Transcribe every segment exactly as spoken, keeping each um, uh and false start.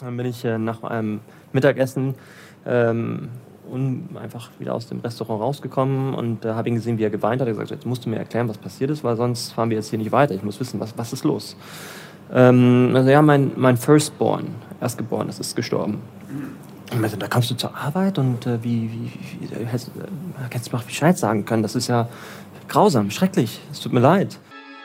Dann bin ich äh, nach einem Mittagessen ähm, un- einfach wieder aus dem Restaurant rausgekommen und äh, habe ihn gesehen, wie er geweint hat. Er hat gesagt, jetzt musst du mir erklären, was passiert ist, weil sonst fahren wir jetzt hier nicht weiter. Ich muss wissen, was, was ist los? Ähm, also ja, mein, mein Firstborn, Erstgeboren, das ist gestorben. Und ich so, da kommst du zur Arbeit und äh, wie, wie, wie, wie hättest, äh, hättest du mal Bescheid sagen können. Das ist ja grausam, schrecklich. Es tut mir leid.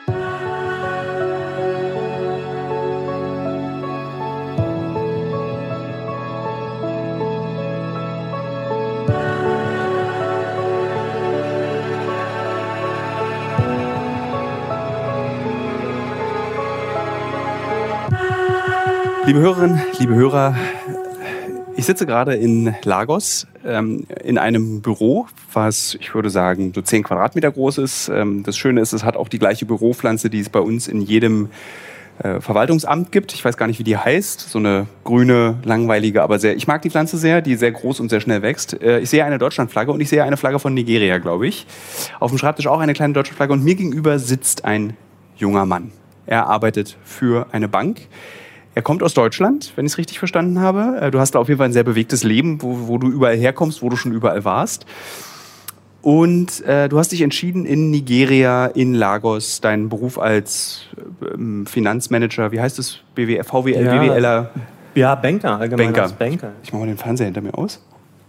Liebe Hörerinnen, liebe Hörer, ich sitze gerade in Lagos ähm, in einem Büro, was ich würde sagen so zehn Quadratmeter groß ist. Ähm, das Schöne ist, es hat auch die gleiche Büropflanze, die es bei uns in jedem äh, Verwaltungsamt gibt. Ich weiß gar nicht, wie die heißt. So eine grüne, langweilige, aber sehr. Ich mag die Pflanze sehr, die sehr groß und sehr schnell wächst. Äh, ich sehe eine Deutschlandflagge und ich sehe eine Flagge von Nigeria, glaube ich. Auf dem Schreibtisch auch eine kleine Deutschlandflagge und mir gegenüber sitzt ein junger Mann. Er arbeitet für eine Bank. Er kommt aus Deutschland, wenn ich es richtig verstanden habe. Du hast da auf jeden Fall ein sehr bewegtes Leben, wo, wo du überall herkommst, wo du schon überall warst. Und äh, du hast dich entschieden, in Nigeria, in Lagos, deinen Beruf als ähm, Finanzmanager, wie heißt es, B W L, V W L, Ja, B W Ler? Ja, Banker, allgemein Banker. als Banker. Ich mache mal den Fernseher hinter mir aus.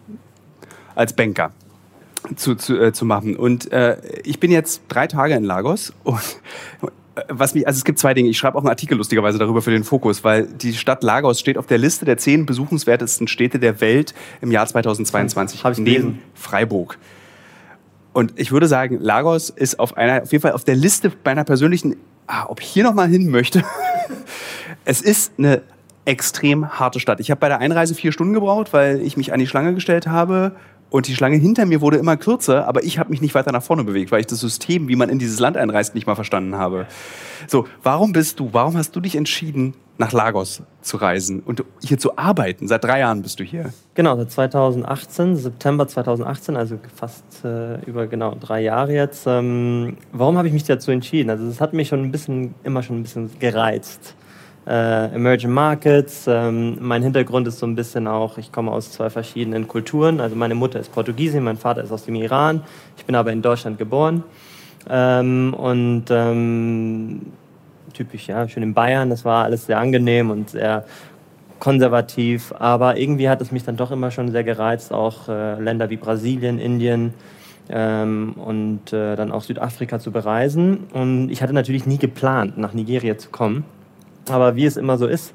Als Banker zu, zu, äh, zu machen. Und äh, ich bin jetzt drei Tage in Lagos und was mich, also es gibt zwei Dinge. Ich schreibe auch einen Artikel lustigerweise darüber für den Fokus, weil die Stadt Lagos steht auf der Liste der zehn besuchenswertesten Städte der Welt im Jahr zweitausendzweiundzwanzig. Hab ich neben gelesen. Freiburg. Und ich würde sagen, Lagos ist auf einer, auf jeden Fall auf der Liste meiner persönlichen, ah, ob ich hier noch mal hin möchte. Es ist eine extrem harte Stadt. Ich habe bei der Einreise vier Stunden gebraucht, weil ich mich an die Schlange gestellt habe. Und die Schlange hinter mir wurde immer kürzer, aber ich habe mich nicht weiter nach vorne bewegt, weil ich das System, wie man in dieses Land einreist, nicht mal verstanden habe. So, warum bist du, warum hast du dich entschieden, nach Lagos zu reisen und hier zu arbeiten? Seit drei Jahren bist du hier. Genau, seit zweitausendachtzehn, September zweitausendachtzehn, also fast äh, über genau drei Jahre jetzt. Ähm, warum habe ich mich dazu entschieden? Also es hat mich schon ein bisschen, immer schon ein bisschen gereizt. Äh, Emerging Markets, ähm, mein Hintergrund ist so ein bisschen auch, ich komme aus zwei verschiedenen Kulturen, also meine Mutter ist Portugiesin, mein Vater ist aus dem Iran, ich bin aber in Deutschland geboren ähm, und ähm, typisch, ja, schön in Bayern, das war alles sehr angenehm und sehr konservativ, aber irgendwie hat es mich dann doch immer schon sehr gereizt, auch äh, Länder wie Brasilien, Indien ähm, und äh, dann auch Südafrika zu bereisen und ich hatte natürlich nie geplant, nach Nigeria zu kommen. Aber wie es immer so ist,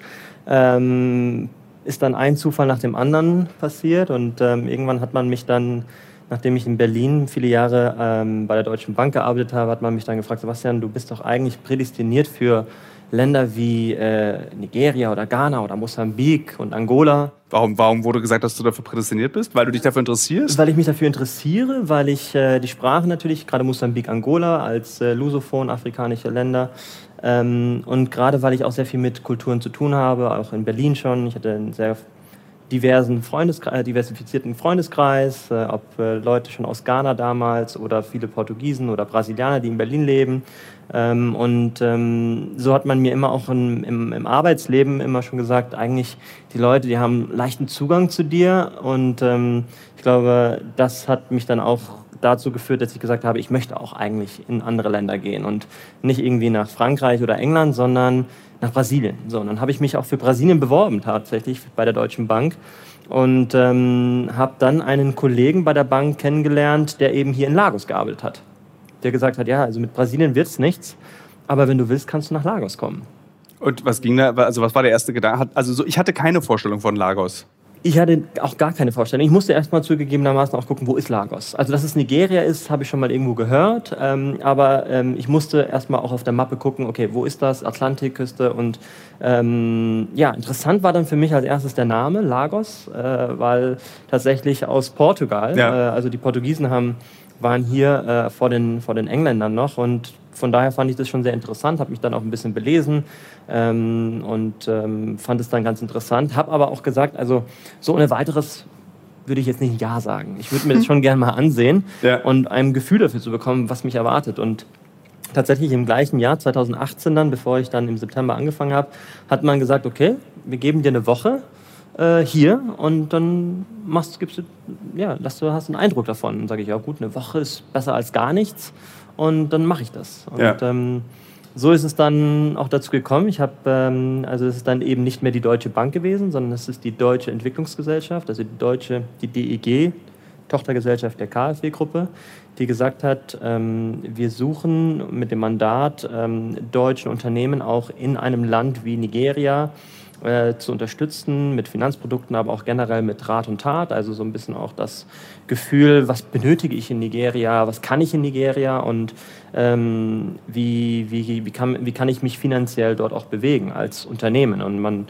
ähm, ist dann ein Zufall nach dem anderen passiert und ähm, irgendwann hat man mich dann, nachdem ich in Berlin viele Jahre ähm, bei der Deutschen Bank gearbeitet habe, hat man mich dann gefragt, Sebastian, du bist doch eigentlich prädestiniert für Länder wie äh, Nigeria oder Ghana oder Mosambik und Angola. Warum, warum wurde gesagt, dass du dafür prädestiniert bist? Weil du dich dafür interessierst? Weil ich mich dafür interessiere, weil ich äh, die Sprache natürlich, gerade Mosambik, Angola als äh, lusophon afrikanische Länder ähm, und gerade weil ich auch sehr viel mit Kulturen zu tun habe, auch in Berlin schon. Ich hatte einen sehr diversen Freundeskreis, äh, diversifizierten Freundeskreis, äh, ob äh, Leute schon aus Ghana damals oder viele Portugiesen oder Brasilianer, die in Berlin leben. Ähm, und ähm, so hat man mir immer auch in, im, im Arbeitsleben immer schon gesagt, eigentlich die Leute, die haben leichten Zugang zu dir und ähm, ich glaube, das hat mich dann auch dazu geführt, dass ich gesagt habe, ich möchte auch eigentlich in andere Länder gehen und nicht irgendwie nach Frankreich oder England, sondern nach Brasilien. So, und dann habe ich mich auch für Brasilien beworben tatsächlich bei der Deutschen Bank und ähm, habe dann einen Kollegen bei der Bank kennengelernt, der eben hier in Lagos gearbeitet hat. Der gesagt hat, ja, also mit Brasilien wird's nichts, aber wenn du willst, kannst du nach Lagos kommen. Und was ging da, also was war der erste Gedanke? Also so, ich hatte keine Vorstellung von Lagos. Ich hatte auch gar keine Vorstellung. Ich musste erst mal zugegebenermaßen auch gucken, wo ist Lagos. Also, dass es Nigeria ist, habe ich schon mal irgendwo gehört. Ähm, aber ähm, ich musste erst mal auch auf der Mappe gucken, okay, wo ist das? Atlantikküste. Und ähm, ja, interessant war dann für mich als erstes der Name Lagos, äh, weil tatsächlich aus Portugal, Ja. äh, also die Portugiesen haben, waren hier äh, vor den, vor den Engländern noch und von daher fand ich das schon sehr interessant, habe mich dann auch ein bisschen belesen ähm, und ähm, fand es dann ganz interessant. Habe aber auch gesagt, also so ohne weiteres würde ich jetzt nicht Ja sagen. Ich würde mir das schon gerne mal ansehen Ja. und ein Gefühl dafür zu bekommen, was mich erwartet. Und tatsächlich im gleichen Jahr, zweitausendachtzehn dann, bevor ich dann im September angefangen habe, hat man gesagt, okay, wir geben dir eine Woche äh, hier und dann machst, gibst du, ja, dass du hast einen Eindruck davon. Und sage ich, ja gut, eine Woche ist besser als gar nichts und dann mache ich das. Und ja. ähm, so ist es dann auch dazu gekommen. Ich habe, ähm, also es ist dann eben nicht mehr die Deutsche Bank gewesen, sondern es ist die Deutsche Entwicklungsgesellschaft, also die deutsche, die D E G, Tochtergesellschaft der K f W-Gruppe, die gesagt hat, ähm, wir suchen mit dem Mandat, ähm, deutschen Unternehmen auch in einem Land wie Nigeria äh, zu unterstützen, mit Finanzprodukten, aber auch generell mit Rat und Tat, also so ein bisschen auch das Gefühl, was benötige ich in Nigeria, was kann ich in Nigeria und ähm, wie, wie, wie, kann, wie kann ich mich finanziell dort auch bewegen als Unternehmen. Und man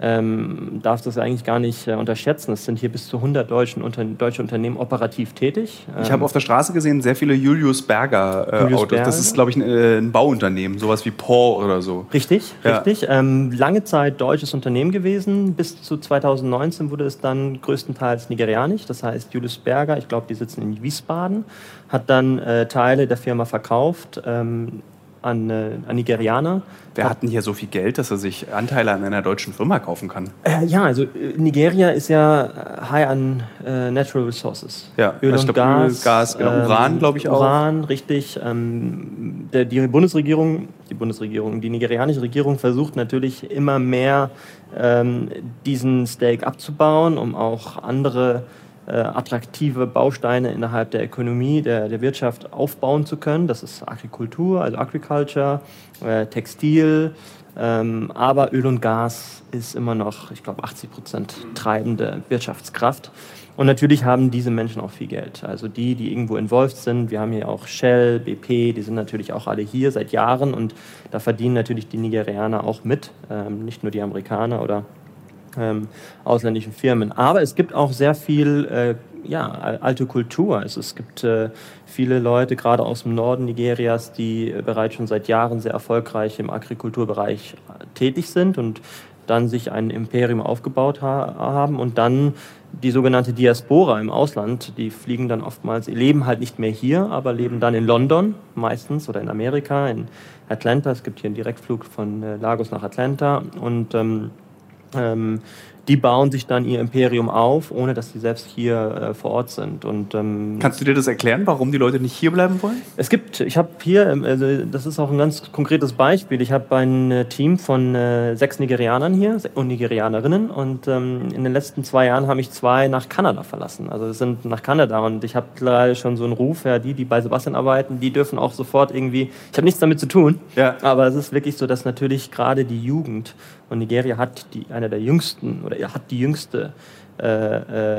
ähm, darf das eigentlich gar nicht äh, unterschätzen. Es sind hier bis zu hundert deutschen Unter- deutsche Unternehmen operativ tätig. Ich habe auf der Straße gesehen sehr viele Julius Berger äh, Julius Autos. Berger. Das ist, glaube ich, ein, äh, ein Bauunternehmen, sowas wie Paul oder so. Richtig, Ja. richtig. Ähm, lange Zeit deutsches Unternehmen gewesen. Bis zu zweitausendneunzehn wurde es dann größtenteils nigerianisch. Das heißt, Julius Berger, ich glaube, die sitzen in Wiesbaden, hat dann äh, Teile der Firma verkauft ähm, an, äh, an Nigerianer. Wer hat denn hier so viel Geld, dass er sich Anteile an einer deutschen Firma kaufen kann? Äh, ja, also äh, Nigeria ist ja high an äh, Natural Resources. Ja, Öl ich und glaub, Gas. Öl, Gas, genau. Uran, glaube ich, auch. Uran, richtig. Ähm, der, die Bundesregierung, die Bundesregierung, die nigerianische Regierung versucht natürlich immer mehr ähm, diesen Stake abzubauen, um auch andere äh, attraktive Bausteine innerhalb der Ökonomie, der, der Wirtschaft aufbauen zu können. Das ist Agrikultur, also Agriculture, äh, Textil, ähm, aber Öl und Gas ist immer noch, ich glaube, achtzig Prozent treibende Wirtschaftskraft. Und natürlich haben diese Menschen auch viel Geld. Also die, die irgendwo involviert sind. Wir haben hier auch Shell, B P, die sind natürlich auch alle hier seit Jahren und da verdienen natürlich die Nigerianer auch mit, ähm, nicht nur die Amerikaner oder ähm, ausländischen Firmen. Aber es gibt auch sehr viel äh, ja, alte Kultur. Also es gibt äh, viele Leute, gerade aus dem Norden Nigerias, die äh, bereits schon seit Jahren sehr erfolgreich im Agrikulturbereich äh, tätig sind und dann sich ein Imperium aufgebaut ha- haben und dann die sogenannte Diaspora im Ausland, die fliegen dann oftmals, leben halt nicht mehr hier, aber leben dann in London meistens oder in Amerika, in Atlanta. Es gibt hier einen Direktflug von äh, Lagos nach Atlanta und ähm, ähm, die bauen sich dann ihr Imperium auf, ohne dass sie selbst hier äh, vor Ort sind. Und, ähm, Kannst du dir das erklären, warum die Leute nicht hier bleiben wollen? Es gibt, ich habe hier, also das ist auch ein ganz konkretes Beispiel, ich habe ein Team von äh, sechs Nigerianern hier und Nigerianerinnen und ähm, in den letzten zwei Jahren habe ich zwei nach Kanada verlassen. Also es sind nach Kanada und ich habe leider schon so einen Ruf, ja, die, die bei Sebastian arbeiten, die dürfen auch sofort irgendwie, ich habe nichts damit zu tun, Ja. aber es ist wirklich so, dass natürlich gerade die Jugend, und Nigeria hat die, eine der jüngsten, oder hat die jüngste Äh, äh,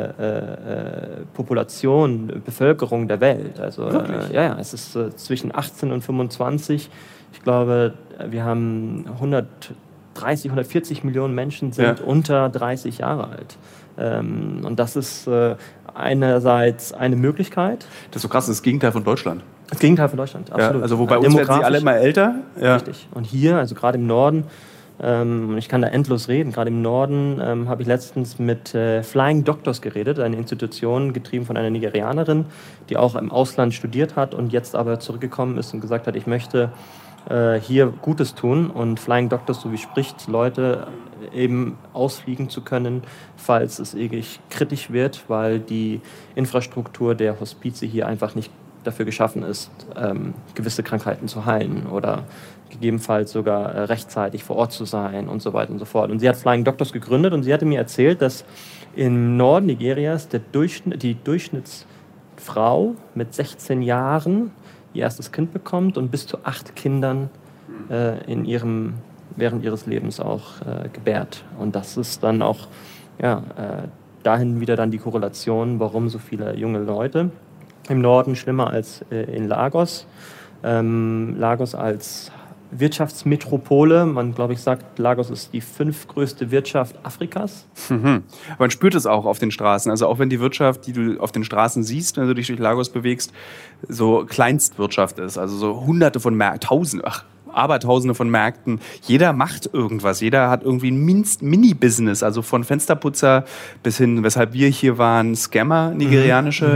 äh, Population, Bevölkerung der Welt. Also äh, ja, ja, es ist äh, zwischen achtzehn und fünfundzwanzig. Ich glaube, wir haben hundertdreißig, hundertvierzig Millionen Menschen sind Ja. unter dreißig Jahre alt. Ähm, und das ist äh, einerseits eine Möglichkeit. Das ist so krass, das ist das Gegenteil von Deutschland. Das Gegenteil von Deutschland, absolut. Ja, also wo bei uns werden sie alle immer älter. Ja. Richtig. Und hier, also gerade im Norden, Ähm, ich kann da endlos reden. Gerade im Norden ähm, habe ich letztens mit äh, Flying Doctors geredet, eine Institution getrieben von einer Nigerianerin, die auch im Ausland studiert hat und jetzt aber zurückgekommen ist und gesagt hat, ich möchte äh, hier Gutes tun. Und Flying Doctors, so wie spricht, Leute eben ausfliegen zu können, falls es wirklich kritisch wird, weil die Infrastruktur der Hospize hier einfach nicht dafür geschaffen ist, ähm, gewisse Krankheiten zu heilen oder gegebenenfalls sogar äh, rechtzeitig vor Ort zu sein und so weiter und so fort. Und sie hat Flying Doctors gegründet und sie hatte mir erzählt, dass im Norden Nigerias der Durchschnitt, die Durchschnittsfrau mit sechzehn Jahren ihr erstes Kind bekommt und bis zu acht Kindern äh, in ihrem, während ihres Lebens auch äh, gebärt. Und das ist dann auch ja, äh, dahin wieder dann die Korrelation, warum so viele junge Leute im Norden schlimmer als äh, in Lagos. Ähm, Lagos als Wirtschaftsmetropole. Man, glaube ich, sagt, Lagos ist die fünftgrößte Wirtschaft Afrikas. Mhm. Aber man spürt es auch auf den Straßen. Also auch wenn die Wirtschaft, die du auf den Straßen siehst, wenn du dich durch Lagos bewegst, so Kleinstwirtschaft ist. Also so hunderte von Märkten, tausend, ach, Abertausende von Märkten. Jeder macht irgendwas. Jeder hat irgendwie ein Mini-Business. Also von Fensterputzer bis hin, weshalb wir hier waren, Scammer, nigerianische.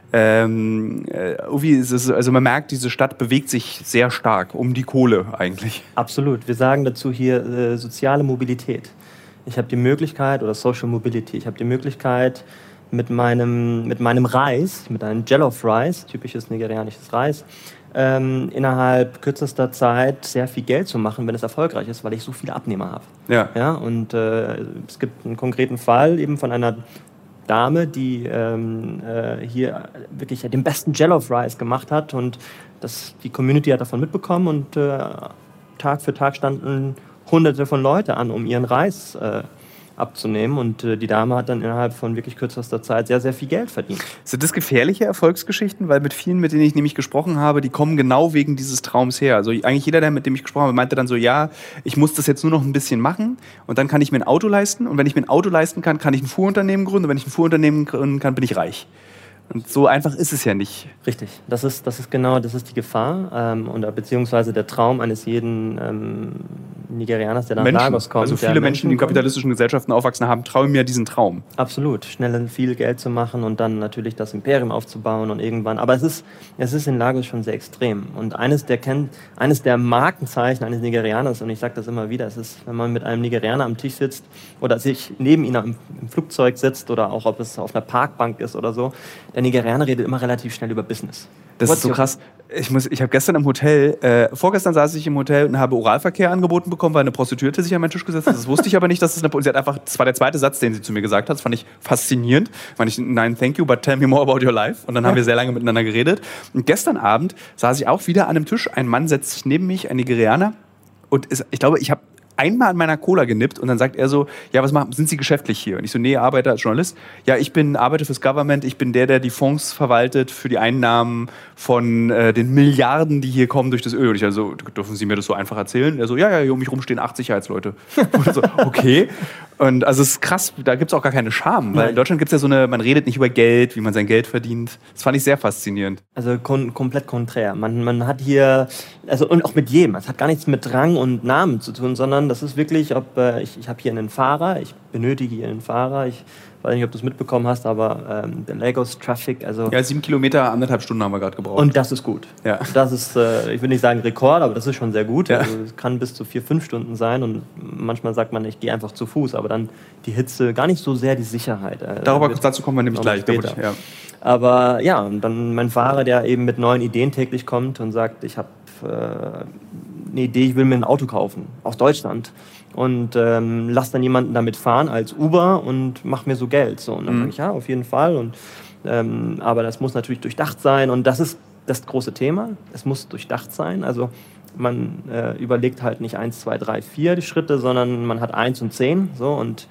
Ähm, äh, irgendwie ist es, also man merkt, diese Stadt bewegt sich sehr stark um die Kohle eigentlich. Absolut. Wir sagen dazu hier äh, soziale Mobilität. Ich habe die Möglichkeit, oder Social Mobility, ich habe die Möglichkeit, mit meinem, mit meinem Reis, mit einem Jollof Rice, typisches nigerianisches Reis, ähm, innerhalb kürzester Zeit sehr viel Geld zu machen, wenn es erfolgreich ist, weil ich so viele Abnehmer habe. Ja. Ja, und äh, es gibt einen konkreten Fall eben von einer Dame, die ähm, äh, hier wirklich den besten Jollof Rice gemacht hat, und das, die Community hat davon mitbekommen, und äh, Tag für Tag standen Hunderte von Leuten an, um ihren Reis äh, abzunehmen, und äh, die Dame hat dann innerhalb von wirklich kürzester Zeit sehr, sehr viel Geld verdient. Sind das gefährliche Erfolgsgeschichten? Weil mit vielen, mit denen ich nämlich gesprochen habe, die kommen genau wegen dieses Traums her. Also eigentlich jeder, der mit dem ich gesprochen habe, meinte dann so, ja, ich muss das jetzt nur noch ein bisschen machen und dann kann ich mir ein Auto leisten, und wenn ich mir ein Auto leisten kann, kann ich ein Fuhrunternehmen gründen, und wenn ich ein Fuhrunternehmen gründen kann, bin ich reich. Und so einfach ist es ja nicht. Richtig, das ist, das ist genau, das ist die Gefahr, ähm, oder beziehungsweise der Traum eines jeden ähm, Nigerianers, der nach Menschen, Lagos kommt. also viele Menschen, die in kapitalistischen Gesellschaften aufwachsen, haben träumen ja diesen Traum. Absolut, schnell viel Geld zu machen und dann natürlich das Imperium aufzubauen und irgendwann. Aber es ist, es ist in Lagos schon sehr extrem. Und eines der, kennt, eines der Markenzeichen eines Nigerianers, und ich sage das immer wieder, es ist, wenn man mit einem Nigerianer am Tisch sitzt oder sich neben ihm im, im Flugzeug sitzt oder auch ob es auf einer Parkbank ist oder so, der Nigerianer redet immer relativ schnell über Business. Das What's ist so krass. Ich, muss, ich habe gestern im Hotel, äh, vorgestern saß ich im Hotel und habe Oralverkehr angeboten bekommen, weil eine Prostituierte sich an meinen Tisch gesetzt hat. Das wusste ich aber nicht, dass es eine. Sie hat einfach, das war der zweite Satz, den sie zu mir gesagt hat. Das fand ich faszinierend. Fand ich, nein, thank you, but tell me more about your life. Und dann haben wir sehr lange miteinander geredet. Und gestern Abend saß ich auch wieder an einem Tisch. Ein Mann setzt sich neben mich, ein Nigerianer. Und ist, ich glaube, ich habe einmal an meiner Cola genippt, und dann sagt er so, ja, was machen, sind Sie geschäftlich hier? Und ich so, nee, arbeite als Journalist. Ja, ich bin, arbeite fürs Government, ich bin der, der die Fonds verwaltet für die Einnahmen von äh, den Milliarden, die hier kommen durch das Öl. Und ich also, dürfen Sie mir das so einfach erzählen? Und er so, ja, ja, hier um mich rum stehen acht Sicherheitsleute. Und so, okay. Und also es ist krass, da gibt es auch gar keine Scham, weil in Deutschland gibt es ja so eine, man redet nicht über Geld, wie man sein Geld verdient. Das fand ich sehr faszinierend. Also kon- komplett konträr. Man, man hat hier, also und auch mit jedem, es hat gar nichts mit Rang und Namen zu tun, sondern das ist wirklich, ob äh, ich, ich habe hier einen Fahrer, ich benötige hier einen Fahrer, ich weiß nicht, ob du es mitbekommen hast, aber ähm, der Lagos Traffic, also... Ja, sieben Kilometer, anderthalb Stunden haben wir gerade gebraucht. Und das ist gut. Ja. Das ist, äh, ich will nicht sagen Rekord, aber das ist schon sehr gut. Ja. Also es kann bis zu vier, fünf Stunden sein, und manchmal sagt man, ich gehe einfach zu Fuß, aber dann die Hitze, gar nicht so sehr die Sicherheit. Äh, Darüber, dazu kommen wir nämlich gleich. Später. Ich, ja. Aber ja, und dann mein Fahrer, der eben mit neuen Ideen täglich kommt und sagt, ich habe äh, eine Idee, ich will mir ein Auto kaufen, aus Deutschland. Und ähm, lass dann jemanden damit fahren als Uber und mach mir so Geld. So, und dann mhm. sage ich, ja, auf jeden Fall. Und, ähm, aber das muss natürlich durchdacht sein. Und das ist das große Thema. Es muss durchdacht sein. Also man äh, überlegt halt nicht eins, zwei, drei, vier die Schritte, sondern man hat eins und zehn. So, und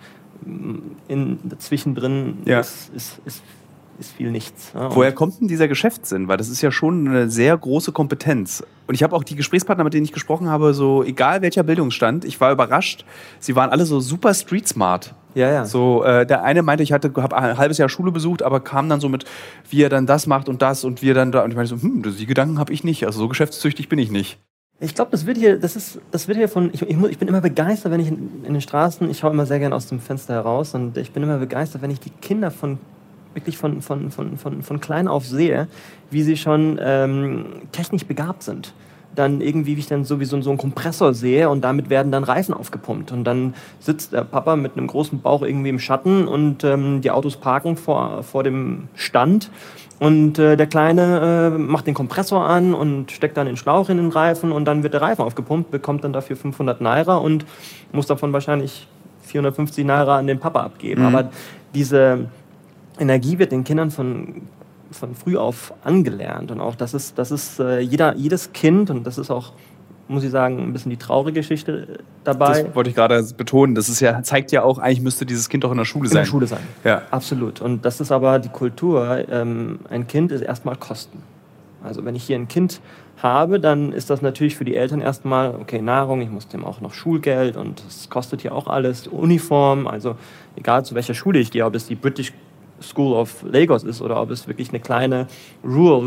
in, zwischendrin ja. ist, ist, ist ist viel nichts. Ja. Woher kommt denn dieser Geschäftssinn? Weil das ist ja schon eine sehr große Kompetenz. Und ich habe auch die Gesprächspartner, mit denen ich gesprochen habe, so egal welcher Bildungsstand, ich war überrascht, sie waren alle so super street smart. Ja, ja. So, äh, der eine meinte, ich hatte habe ein halbes Jahr Schule besucht, aber kam dann so mit, wie er dann das macht und das und wie er dann da. Und ich meinte so, hm, die Gedanken habe ich nicht. Also so geschäftstüchtig bin ich nicht. Ich glaube, das wird hier, das ist, das wird hier von, ich, ich, ich bin immer begeistert, wenn ich in, in den Straßen, ich schaue immer sehr gerne aus dem Fenster heraus, und ich bin immer begeistert, wenn ich die Kinder von wirklich von, von, von, von, von klein auf sehe, wie sie schon ähm, technisch begabt sind. Dann irgendwie, wie ich dann sowieso so einen Kompressor sehe, und damit werden dann Reifen aufgepumpt. Und dann sitzt der Papa mit einem großen Bauch irgendwie im Schatten, und ähm, die Autos parken vor, vor dem Stand. Und äh, der Kleine äh, macht den Kompressor an und steckt dann den Schlauch in den Reifen, und dann wird der Reifen aufgepumpt, bekommt dann dafür fünfhundert Naira und muss davon wahrscheinlich vierhundertfünfzig Naira an den Papa abgeben. Mhm. Aber diese Energie wird den Kindern von, von früh auf angelernt, und auch das ist, das ist äh, jeder, jedes Kind, und das ist auch, muss ich sagen, ein bisschen die traurige Geschichte dabei. Das wollte ich gerade betonen. Das ist ja, zeigt ja auch, eigentlich müsste dieses Kind doch in der Schule sein. In der Schule sein, ja. Absolut. Und das ist aber die Kultur. Ähm, ein Kind ist erstmal Kosten. Also wenn ich hier ein Kind habe, dann ist das natürlich für die Eltern erstmal, okay, Nahrung, ich muss dem auch noch Schulgeld, und das kostet hier auch alles, Uniform, also egal zu welcher Schule ich gehe, ob es die British School of Lagos ist oder ob es wirklich eine kleine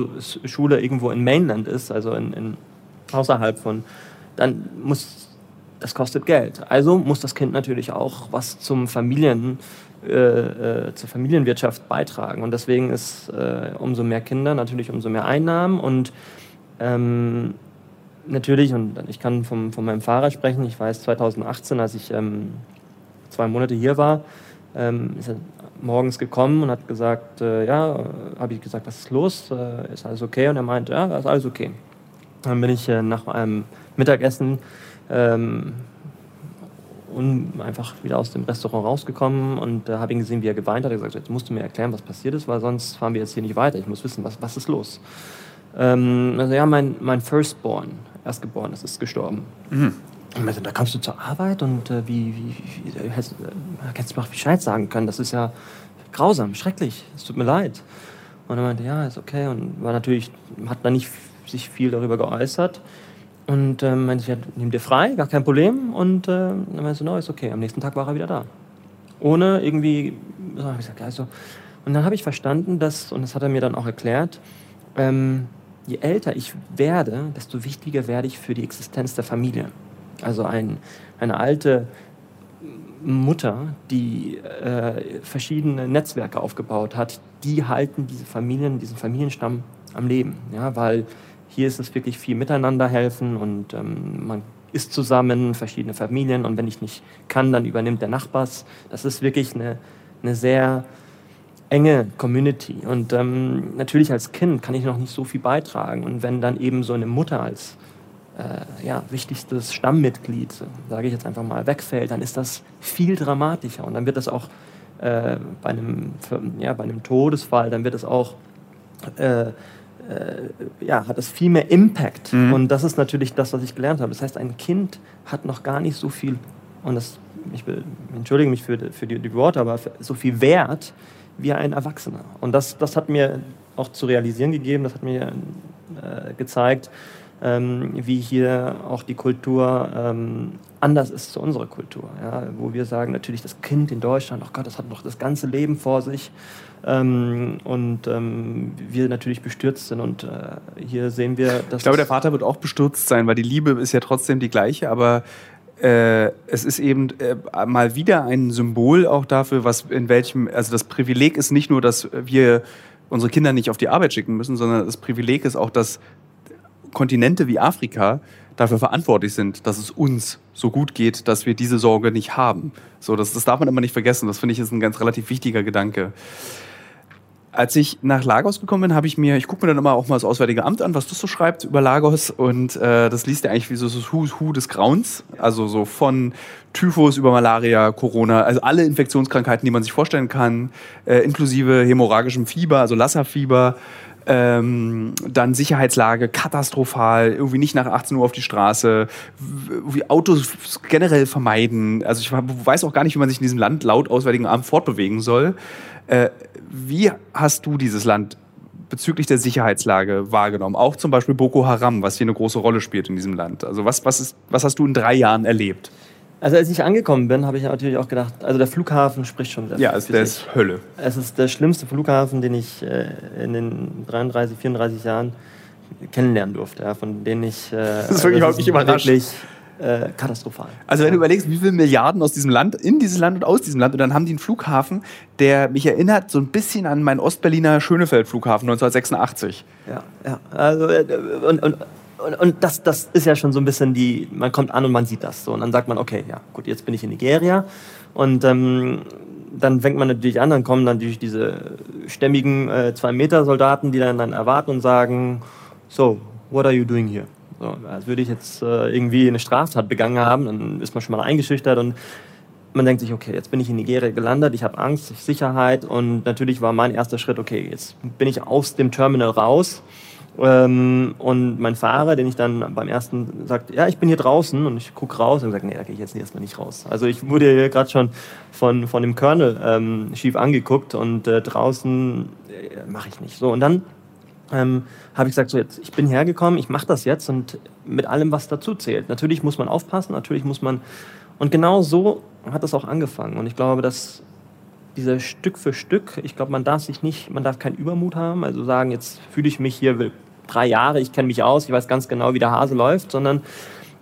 Rural-Schule irgendwo in Mainland ist, also in, in außerhalb von, dann muss das kostet Geld. Also muss das Kind natürlich auch was zum Familien, äh, äh, zur Familienwirtschaft beitragen. Und deswegen ist äh, umso mehr Kinder natürlich umso mehr Einnahmen. Und ähm, natürlich, und ich kann vom, von meinem Fahrer sprechen, ich weiß zweitausendachtzehn, als ich ähm, zwei Monate hier war, ähm, ist er morgens gekommen und hat gesagt, äh, ja, habe ich gesagt, was ist los, äh, ist alles okay? Und er meinte, ja, ist alles okay. Dann bin ich äh, nach einem Mittagessen ähm, und einfach wieder aus dem Restaurant rausgekommen und äh, habe ihn gesehen, wie er geweint hat. Er hat gesagt, jetzt musst du mir erklären, was passiert ist, weil sonst fahren wir jetzt hier nicht weiter. Ich muss wissen, was, was ist los? Ähm, also ja, mein, mein Firstborn, Erstgeboren, das ist gestorben. Mhm. Und also, da kommst du zur Arbeit und äh, wie, wie, wie, wie hättest, äh, hättest du mal Bescheid sagen können. Das ist ja grausam, schrecklich. Es tut mir leid. Und er meinte, ja, ist okay. Und war natürlich, hat dann nicht sich viel darüber geäußert. Und ähm, meinte, ja, nimm dir frei, gar kein Problem. Und äh, dann meinte so, no, ist okay. Am nächsten Tag war er wieder da. Ohne irgendwie, so habe ich gesagt, ja, so. Und dann habe ich verstanden, dass, und das hat er mir dann auch erklärt, ähm, je älter ich werde, desto wichtiger werde ich für die Existenz der Familie. Also ein, eine alte Mutter, die äh, verschiedene Netzwerke aufgebaut hat, die halten diese Familien, diesen Familienstamm am Leben. Ja, weil hier ist es wirklich viel miteinander helfen und ähm, man ist zusammen, verschiedene Familien und wenn ich nicht kann, dann übernimmt der Nachbars. Das ist wirklich eine, eine sehr enge Community und ähm, natürlich als Kind kann ich noch nicht so viel beitragen und wenn dann eben so eine Mutter als Äh, ja, wichtigstes Stammmitglied, sage ich jetzt einfach mal, wegfällt, dann ist das viel dramatischer. Und dann wird das auch äh, bei, einem, ja, bei einem Todesfall, dann wird es auch, äh, äh, ja, hat es viel mehr Impact. Mhm. Und das ist natürlich das, was ich gelernt habe. Das heißt, ein Kind hat noch gar nicht so viel, und das, ich will, entschuldige mich für, für die, die Worte, aber so viel Wert wie ein Erwachsener. Und das, das hat mir auch zu realisieren gegeben, das hat mir äh, gezeigt, Ähm, wie hier auch die Kultur ähm, anders ist zu unserer Kultur. Ja? Wo wir sagen, natürlich das Kind in Deutschland, oh Gott, das hat noch das ganze Leben vor sich. Ähm, und ähm, wir natürlich bestürzt sind. Und äh, hier sehen wir, dass... Ich glaube, der Vater wird auch bestürzt sein, weil die Liebe ist ja trotzdem die gleiche, aber äh, es ist eben äh, mal wieder ein Symbol auch dafür, was in welchem... Also das Privileg ist nicht nur, dass wir unsere Kinder nicht auf die Arbeit schicken müssen, sondern das Privileg ist auch, dass Kontinente wie Afrika dafür verantwortlich sind, dass es uns so gut geht, dass wir diese Sorge nicht haben. So, das, das darf man immer nicht vergessen. Das finde ich ist ein ganz relativ wichtiger Gedanke. Als ich nach Lagos gekommen bin, habe ich mir, ich gucke mir dann immer auch mal das Auswärtige Amt an, was das so schreibt über Lagos und äh, das liest ja eigentlich wie so das Who's Who des Grauens, also so von Typhus über Malaria, Corona, also alle Infektionskrankheiten, die man sich vorstellen kann, äh, inklusive hämorrhagischem Fieber, also Lassa-Fieber. Ähm, dann Sicherheitslage katastrophal, irgendwie nicht nach achtzehn Uhr auf die Straße, irgendwie Autos generell vermeiden. Also ich weiß auch gar nicht, wie man sich in diesem Land laut Auswärtigen Amt fortbewegen soll. Äh, wie hast du dieses Land bezüglich der Sicherheitslage wahrgenommen? Auch zum Beispiel Boko Haram, was hier eine große Rolle spielt in diesem Land. Also was, was, ist, was hast du in drei Jahren erlebt? Also als ich angekommen bin, habe ich natürlich auch gedacht, also der Flughafen spricht schon sehr viel. Ja, also der ist Hölle. Es ist der schlimmste Flughafen, den ich äh, in den dreiunddreißig, vierunddreißig Jahren kennenlernen durfte, ja, von denen ich... Äh, das ist wirklich überhaupt nicht überraschend. Wirklich äh, katastrophal. Also wenn du überlegst, wie viele Milliarden aus diesem Land, in dieses Land und aus diesem Land, und dann haben die einen Flughafen, der mich erinnert so ein bisschen an meinen Ostberliner Schönefeld-Flughafen neunzehnhundertsechsundachtzig. Ja, ja, also äh, und... und Und, und das, das ist ja schon so ein bisschen die, man kommt an und man sieht das so. Und dann sagt man, okay, ja gut, jetzt bin ich in Nigeria. Und ähm, dann fängt man natürlich an, dann kommen dann natürlich diese stämmigen äh, Zwei-Meter-Soldaten, die dann, dann erwarten und sagen, so, what are you doing here? So, als würde ich jetzt äh, irgendwie eine Straftat begangen haben, dann ist man schon mal eingeschüchtert und man denkt sich, okay, jetzt bin ich in Nigeria gelandet, ich habe Angst, Sicherheit und natürlich war mein erster Schritt, okay, jetzt bin ich aus dem Terminal raus. Ähm, und mein Fahrer, den ich dann beim ersten sagt, ja, ich bin hier draußen und ich gucke raus und sage, nee, da gehe ich jetzt erstmal nicht raus. Also ich wurde hier gerade schon von, von dem Colonel ähm, schief angeguckt und äh, draußen äh, mache ich nicht. So, und dann ähm, habe ich gesagt, so jetzt, ich bin hergekommen, ich mache das jetzt und mit allem, was dazu zählt. Natürlich muss man aufpassen, natürlich muss man, und genau so hat das auch angefangen. Und ich glaube, dass dieser Stück für Stück, ich glaube, man darf sich nicht, man darf keinen Übermut haben, also sagen, jetzt fühle ich mich hier drei Jahre, ich kenne mich aus, ich weiß ganz genau, wie der Hase läuft, sondern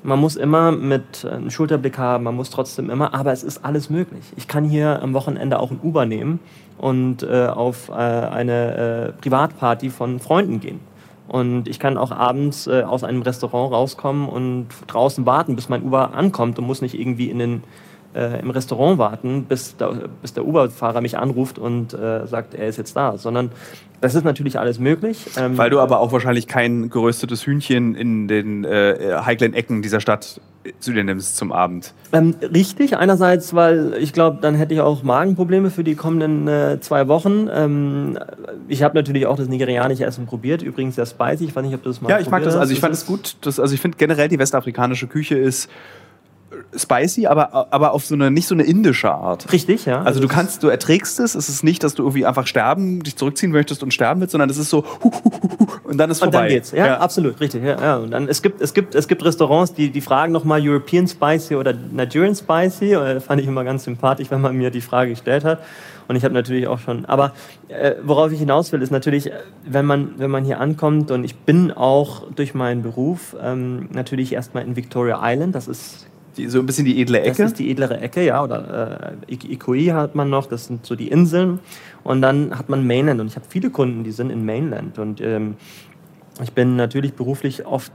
Man muss immer mit einem Schulterblick haben, man muss trotzdem immer, aber es ist alles möglich. Ich kann hier am Wochenende auch ein Uber nehmen und äh, auf äh, eine äh, Privatparty von Freunden gehen. Und ich kann auch abends äh, aus einem Restaurant rauskommen und draußen warten, bis mein Uber ankommt und muss nicht irgendwie in den, äh, im Restaurant warten, bis der, bis der Uber-Fahrer mich anruft und äh, sagt, er ist jetzt da. Sondern das ist natürlich alles möglich. Ähm, Weil du aber auch wahrscheinlich kein geröstetes Hühnchen in den äh, heiklen Ecken dieser Stadt zu dir nimmst zum Abend. Ähm, richtig, einerseits, weil ich glaube, dann hätte ich auch Magenprobleme für die kommenden äh, zwei Wochen. Ähm, ich habe natürlich auch das nigerianische Essen probiert, übrigens sehr spicy. Ich weiß nicht, ob du das mal Ja, ich mag das. Also ich hast. fand es gut. Das, also ich finde generell die westafrikanische Küche ist spicy, aber, aber auf so eine, nicht so eine indische Art. Richtig, ja. Also du kannst, du erträgst es. Es ist nicht, dass du irgendwie einfach sterben, dich zurückziehen möchtest und sterben willst, sondern es ist so hu, hu, hu, hu, und dann ist vorbei. Und dann geht's. Ja, ja. Absolut, richtig. Ja, ja. Und dann, es, gibt, es, gibt, es gibt Restaurants, die, die fragen nochmal European Spicy oder Nigerian Spicy. Und das fand ich immer ganz sympathisch, wenn man mir die Frage gestellt hat. Und ich habe natürlich auch schon, aber äh, worauf ich hinaus will, ist natürlich, wenn man, wenn man hier ankommt, und ich bin auch durch meinen Beruf ähm, natürlich erstmal in Victoria Island, das ist Die, so ein bisschen die edle Ecke? Das ist die edlere Ecke, ja. Oder äh, Ikoyi hat man noch, das sind so die Inseln. Und dann hat man Mainland. Und ich habe viele Kunden, die sind in Mainland. Und ähm, ich bin natürlich beruflich oft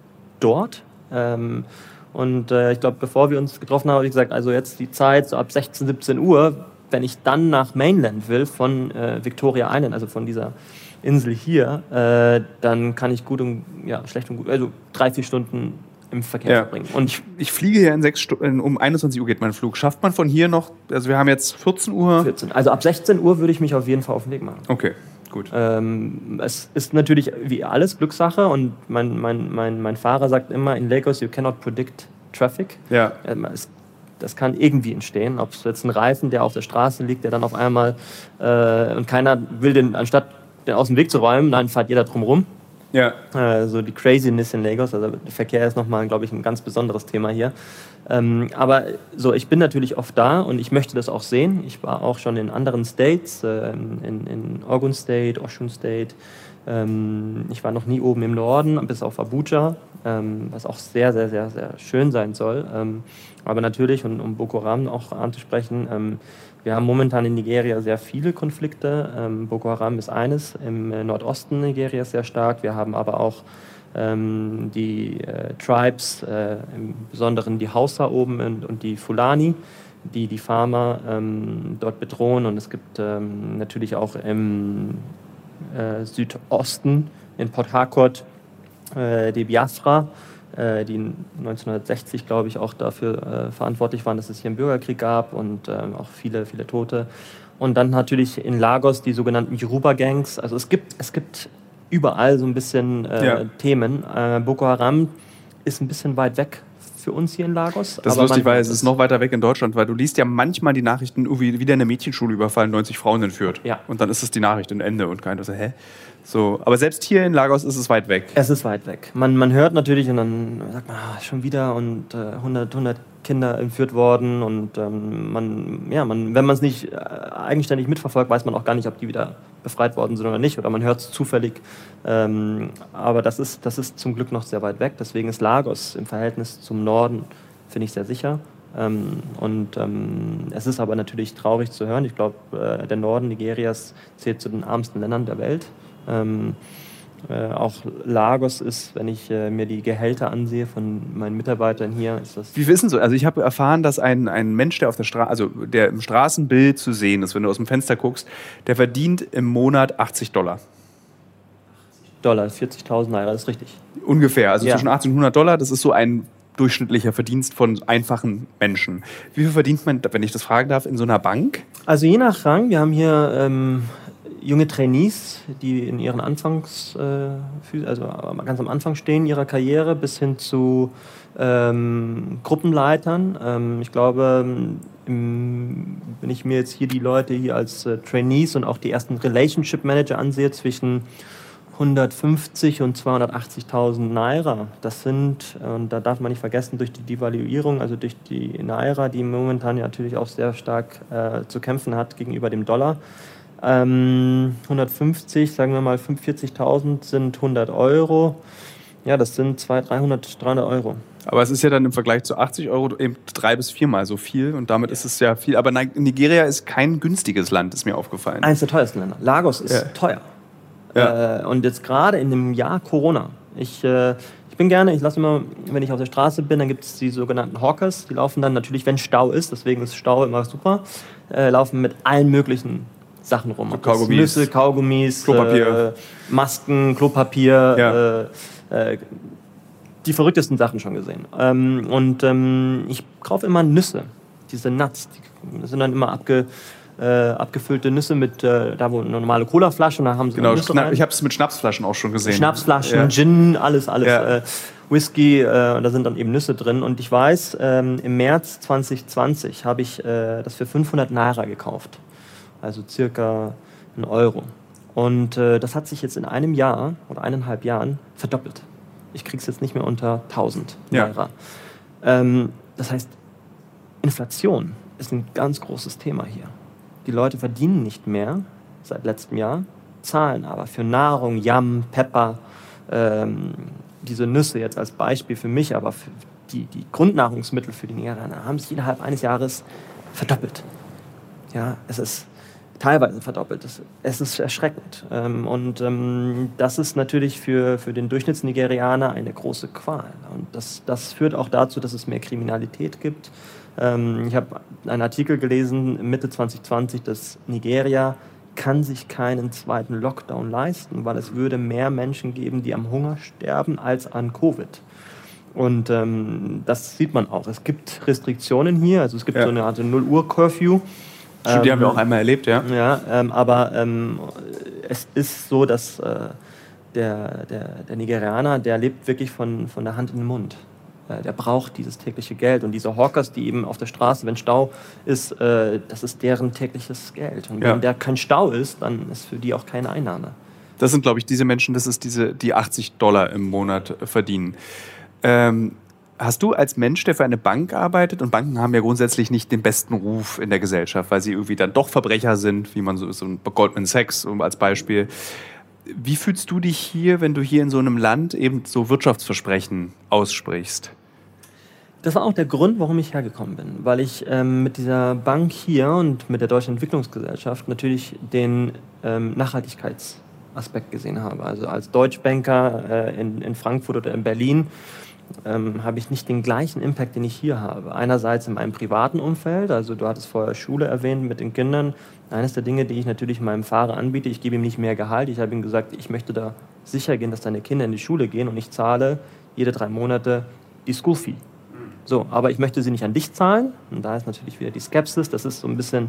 dort. Ähm, und äh, ich glaube, bevor wir uns getroffen haben, habe ich gesagt, also jetzt die Zeit so ab sechzehn, siebzehn Uhr, wenn ich dann nach Mainland will, von äh, Victoria Island, also von dieser Insel hier, äh, dann kann ich gut und, ja, schlecht und gut, also drei, vier Stunden im Verkehr ja. verbringen. Und ich, ich fliege hier in sechs Stunden, um einundzwanzig Uhr geht mein Flug. Schafft man von hier noch, also wir haben jetzt vierzehn Uhr? vierzehn. Also ab sechzehn Uhr würde ich mich auf jeden Fall auf den Weg machen. Okay, gut. Ähm, es ist natürlich wie alles Glückssache und mein, mein, mein, mein Fahrer sagt immer, in Lagos you cannot predict traffic. Ja. Ähm, es, das kann irgendwie entstehen, ob es jetzt ein Reifen, der auf der Straße liegt, der dann auf einmal äh, und keiner will den, anstatt den aus dem Weg zu räumen, nein, fährt jeder drum rum. Ja. Äh, so die Craziness in Lagos, also der Verkehr ist nochmal, glaube ich, ein ganz besonderes Thema hier. Ähm, aber so, ich bin natürlich oft da und ich möchte das auch sehen. Ich war auch schon in anderen States, äh, in, in Ogun State, Osun State. Ähm, ich war noch nie oben im Norden, bis auf Abuja, ähm, was auch sehr, sehr, sehr, sehr schön sein soll. Ähm, aber natürlich, und um Boko Haram auch anzusprechen, ähm, wir haben momentan in Nigeria sehr viele Konflikte. Ähm, Boko Haram ist eines, im äh, Nordosten Nigerias sehr stark. Wir haben aber auch ähm, die äh, Tribes, äh, im Besonderen die Hausa oben und, und die Fulani, die die Farmer ähm, dort bedrohen. Und es gibt ähm, natürlich auch im äh, Südosten, in Port Harcourt, äh, die Biafra, äh, die neunzehnhundertsechzig, glaube ich, auch dafür äh, verantwortlich waren, dass es hier einen Bürgerkrieg gab und äh, auch viele, viele Tote. Und dann natürlich in Lagos die sogenannten Yoruba-Gangs. Also es gibt, es gibt überall so ein bisschen äh, ja. Themen. Äh, Boko Haram ist ein bisschen weit weg für uns hier in Lagos. Das ist aber lustig, weil es ist noch weiter weg in Deutschland, weil du liest ja manchmal die Nachrichten, wie wieder eine Mädchenschule überfallen, neunzig Frauen entführt. Ja. Und dann ist es die Nachricht und Ende und keiner so, hä? So, aber selbst hier in Lagos ist es weit weg. Es ist weit weg. Man, man hört natürlich und dann sagt man, ah, schon wieder und äh, hundert, hundert Kinder entführt worden und ähm, man, ja, man, wenn man es nicht äh, eigenständig mitverfolgt, weiß man auch gar nicht, ob die wieder befreit worden sind oder nicht oder man hört es zufällig. Ähm, aber das ist, das ist zum Glück noch sehr weit weg. Deswegen ist Lagos im Verhältnis zum Norden, finde ich, sehr sicher. Ähm, und ähm, es ist aber natürlich traurig zu hören. Ich glaube, äh, der Norden Nigerias zählt zu den ärmsten Ländern der Welt. Ähm, äh, auch Lagos ist, wenn ich äh, mir die Gehälter ansehe von meinen Mitarbeitern hier, ist das... Wie wissen Sie? Also ich habe erfahren, dass ein, ein Mensch, der auf der Straße, also der im Straßenbild zu sehen ist, wenn du aus dem Fenster guckst, der verdient im Monat achtzig Dollar. Dollar, vierzigtausend Naira, das ist richtig. Ungefähr, also ja. zwischen achtzig und hundert Dollar, das ist so ein durchschnittlicher Verdienst von einfachen Menschen. Wie viel verdient man, wenn ich das fragen darf, in so einer Bank? Also je nach Rang, wir haben hier ähm, junge Trainees, die in ihren Anfangs, äh, also ganz am Anfang stehen ihrer Karriere, bis hin zu ähm, Gruppenleitern. Ähm, ich glaube, im, wenn ich mir jetzt hier die Leute hier als äh, Trainees und auch die ersten Relationship Manager ansehe, zwischen hundertfünfzig und zweihundertachtzigtausend Naira. Das sind, und da darf man nicht vergessen, durch die Devaluierung, also durch die Naira, die momentan ja natürlich auch sehr stark äh, zu kämpfen hat gegenüber dem Dollar. Ähm, hundertfünfzig, sagen wir mal fünfundvierzigtausend sind hundert Euro. Ja, das sind zweihundert, dreihundert, dreihundert Euro. Aber es ist ja dann im Vergleich zu achtzig Euro eben drei bis viermal so viel und damit ja. ist es ja viel. Aber Nigeria ist kein günstiges Land, ist mir aufgefallen. Eines der teuersten Länder. Lagos ist ja. teuer. Ja. Äh, und jetzt gerade in dem Jahr Corona. Ich, äh, ich bin gerne, ich lasse immer, wenn ich auf der Straße bin, dann gibt es die sogenannten Hawkers. Die laufen dann natürlich, wenn Stau ist, deswegen ist Stau immer super, äh, laufen mit allen möglichen Sachen rum. Kaugummis, Nüsse, Kaugummis, Klopapier. Äh, Masken, Klopapier, ja. äh, äh, die verrücktesten Sachen schon gesehen. Ähm, und ähm, ich kaufe immer Nüsse, diese Nuts. Die sind dann immer abge, äh, abgefüllte Nüsse mit, äh, da wo eine normale Colaflasche, und da haben sie genau, Nüsse rein. Ich habe es mit Schnapsflaschen auch schon gesehen. Schnapsflaschen, ja. Gin, alles, alles. Ja. Äh, Whisky, äh, und da sind dann eben Nüsse drin. Und ich weiß, ähm, im März zwanzig zwanzig habe ich äh, das für fünfhundert Naira gekauft. Also circa einen Euro. Und äh, das hat sich jetzt in einem Jahr oder eineinhalb Jahren verdoppelt. Ich kriege es jetzt nicht mehr unter tausend Naira. Ja. Ähm, das heißt, Inflation ist ein ganz großes Thema hier. Die Leute verdienen nicht mehr seit letztem Jahr, zahlen aber für Nahrung, Yam, Pepper, ähm, diese Nüsse jetzt als Beispiel für mich, aber für die, die Grundnahrungsmittel für die Nigerianer haben sich innerhalb eines Jahres verdoppelt. Ja, es ist teilweise verdoppelt. Es ist erschreckend. Und das ist natürlich für, für den Durchschnittsnigerianer eine große Qual. Und das, das führt auch dazu, dass es mehr Kriminalität gibt. Ich habe einen Artikel gelesen, Mitte zwanzig zwanzig, dass Nigeria kann sich keinen zweiten Lockdown leisten, weil es würde mehr Menschen geben, die am Hunger sterben, als an Covid. Und ähm, das sieht man auch. Es gibt Restriktionen hier, also es gibt ja. so eine Art null Uhr Curfew. Stimmt, die ähm, haben wir auch einmal erlebt, ja. Ja, ähm, aber ähm, es ist so, dass äh, der, der, der Nigerianer, der lebt wirklich von, von der Hand in den Mund. Äh, der braucht dieses tägliche Geld. Und diese Hawkers, die eben auf der Straße, wenn Stau ist, äh, das ist deren tägliches Geld. Und ja. wenn der kein Stau ist, dann ist für die auch keine Einnahme. Das sind, glaube ich, diese Menschen, das ist diese, die achtzig Dollar im Monat verdienen. Ähm, Hast du als Mensch, der für eine Bank arbeitet, und Banken haben ja grundsätzlich nicht den besten Ruf in der Gesellschaft, weil sie irgendwie dann doch Verbrecher sind, wie man so ist, so Goldman Sachs als Beispiel. Wie fühlst du dich hier, wenn du hier in so einem Land eben so Wirtschaftsversprechen aussprichst? Das war auch der Grund, warum ich hergekommen bin, weil ich ähm, mit dieser Bank hier und mit der Deutschen Entwicklungsgesellschaft natürlich den ähm, Nachhaltigkeitsaspekt gesehen habe. Also als Deutschbanker äh, in, in Frankfurt oder in Berlin Ähm, habe ich nicht den gleichen Impact, den ich hier habe. Einerseits in meinem privaten Umfeld, also du hattest vorher Schule erwähnt mit den Kindern. Eines der Dinge, die ich natürlich meinem Fahrer anbiete, ich gebe ihm nicht mehr Gehalt. Ich habe ihm gesagt, ich möchte da sicher gehen, dass deine Kinder in die Schule gehen, und ich zahle jede drei Monate die School Fee. So, aber ich möchte sie nicht an dich zahlen, und da ist natürlich wieder die Skepsis. Das ist so ein bisschen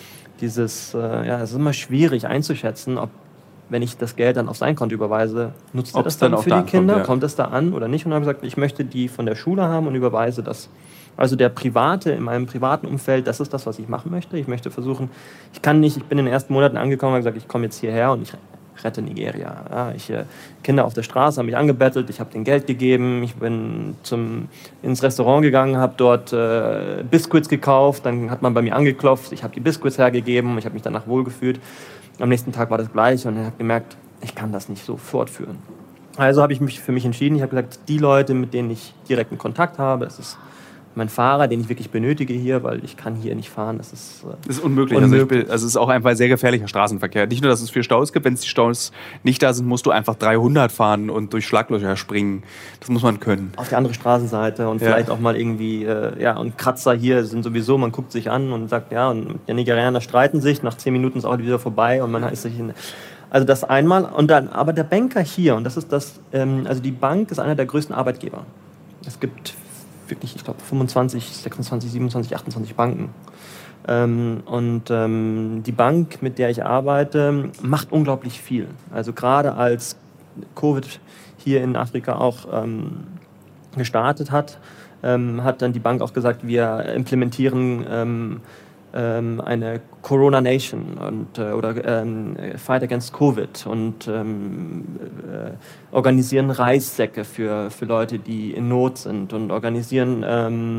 dieses, äh, ja, es ist immer schwierig einzuschätzen, ob, wenn ich das Geld dann auf sein Konto überweise, nutzt er das dann, dann für die Kinder? Kommt, ja. kommt es da an oder nicht? Und habe gesagt, ich möchte die von der Schule haben und überweise das. Also der Private, in meinem privaten Umfeld, das ist das, was ich machen möchte. Ich möchte versuchen, ich kann nicht, ich bin in den ersten Monaten angekommen und habe gesagt, ich komme jetzt hierher und ich rette Nigeria. Ja, ich, äh, Kinder auf der Straße haben mich angebettelt, ich habe denen Geld gegeben, ich bin zum, ins Restaurant gegangen, habe dort äh, Biscuits gekauft, dann hat man bei mir angeklopft, ich habe die Biscuits hergegeben, ich habe mich danach wohlgefühlt. Am nächsten Tag war das Gleiche und ich habe gemerkt, ich kann das nicht so fortführen. Also habe ich mich für mich entschieden. Ich habe gesagt, die Leute, mit denen ich direkten Kontakt habe, das ist mein Fahrer, den ich wirklich benötige hier, weil ich kann hier nicht fahren. Das ist, äh, das ist unmöglich. unmöglich. Also, ich bin, also es ist auch einfach ein sehr gefährlicher Straßenverkehr. Nicht nur, dass es viel Staus gibt, wenn es die Staus nicht da sind, musst du einfach dreihundert fahren und durch Schlaglöcher springen. Das muss man können. Auf die andere Straßenseite und ja. vielleicht auch mal irgendwie, äh, ja, und Kratzer hier sind sowieso, man guckt sich an und sagt, ja, und die Nigerianer streiten sich, nach zehn Minuten ist auch wieder vorbei und man ist sich in... Also das einmal, und dann, aber der Banker hier, und das ist das, ähm, also die Bank ist einer der größten Arbeitgeber. Es gibt wirklich, ich glaube, fünfundzwanzig, sechsundzwanzig, siebenundzwanzig, achtundzwanzig Banken. Ähm, und ähm, die Bank, mit der ich arbeite, macht unglaublich viel. Also gerade als Covid hier in Afrika auch ähm, gestartet hat, ähm, hat dann die Bank auch gesagt, wir implementieren ähm, ähm, eine Corona Nation und, äh, oder ähm, Fight Against Covid und ähm, äh, organisieren Reissäcke für, für Leute, die in Not sind und organisieren ähm,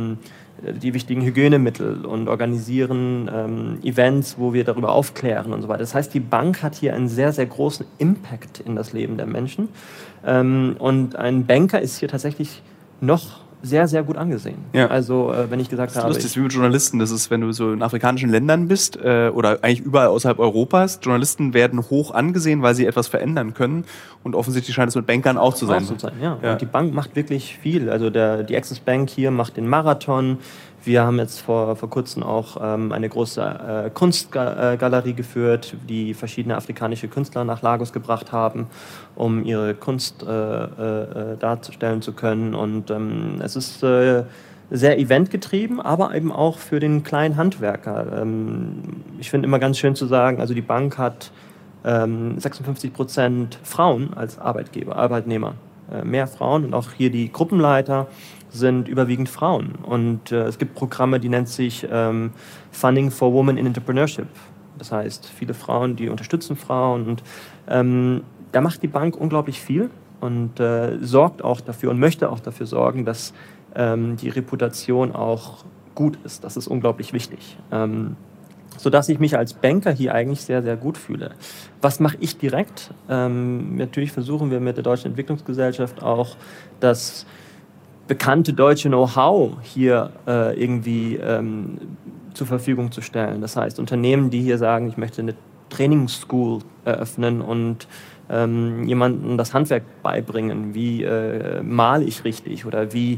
die wichtigen Hygienemittel und organisieren ähm, Events, wo wir darüber aufklären und so weiter. Das heißt, die Bank hat hier einen sehr, sehr großen Impact in das Leben der Menschen. Ähm, und ein Banker ist hier tatsächlich noch sehr, sehr gut angesehen. Ja. Also, äh, wenn ich gesagt das ist habe... lustig, wie mit Journalisten. Das ist, wenn du so in afrikanischen Ländern bist äh, oder eigentlich überall außerhalb Europas, Journalisten werden hoch angesehen, weil sie etwas verändern können. Und offensichtlich scheint es mit Bankern auch zu sein. Auch zu sein, ja. Ja. Und die Bank macht wirklich viel. Also der, die Axis Bank hier macht den Marathon. Wir haben jetzt vor, vor kurzem auch ähm, eine große äh, Kunstgalerie geführt, die verschiedene afrikanische Künstler nach Lagos gebracht haben, um ihre Kunst äh, äh, darzustellen zu können. Und ähm, es ist äh, sehr eventgetrieben, aber eben auch für den kleinen Handwerker. Ähm, ich finde immer ganz schön zu sagen, also die Bank hat ähm, sechsundfünfzig Prozent Frauen als Arbeitgeber, Arbeitnehmer. Äh, mehr Frauen und auch hier die Gruppenleiter sind überwiegend Frauen. Und äh, es gibt Programme, die nennt sich ähm, Funding for Women in Entrepreneurship. Das heißt, viele Frauen, die unterstützen Frauen. Und ähm, da macht die Bank unglaublich viel und äh, sorgt auch dafür und möchte auch dafür sorgen, dass ähm, die Reputation auch gut ist. Das ist unglaublich wichtig. Ähm, sodass ich mich als Banker hier eigentlich sehr, sehr gut fühle. Was mache ich direkt? Ähm, natürlich versuchen wir mit der Deutschen Entwicklungsgesellschaft auch das bekannte deutsche Know-how hier äh, irgendwie ähm, zur Verfügung zu stellen. Das heißt, Unternehmen, die hier sagen, ich möchte eine Training School eröffnen und ähm, jemandem das Handwerk beibringen, wie äh, male ich richtig oder wie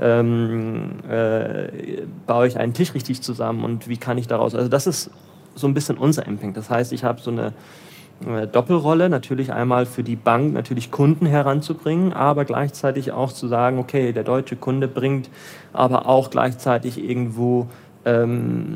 ähm, äh, baue ich einen Tisch richtig zusammen und wie kann ich daraus... Also das ist so ein bisschen unser Impact. Das heißt, ich habe so eine Doppelrolle, natürlich einmal für die Bank natürlich Kunden heranzubringen, aber gleichzeitig auch zu sagen, okay, der deutsche Kunde bringt aber auch gleichzeitig irgendwo ähm,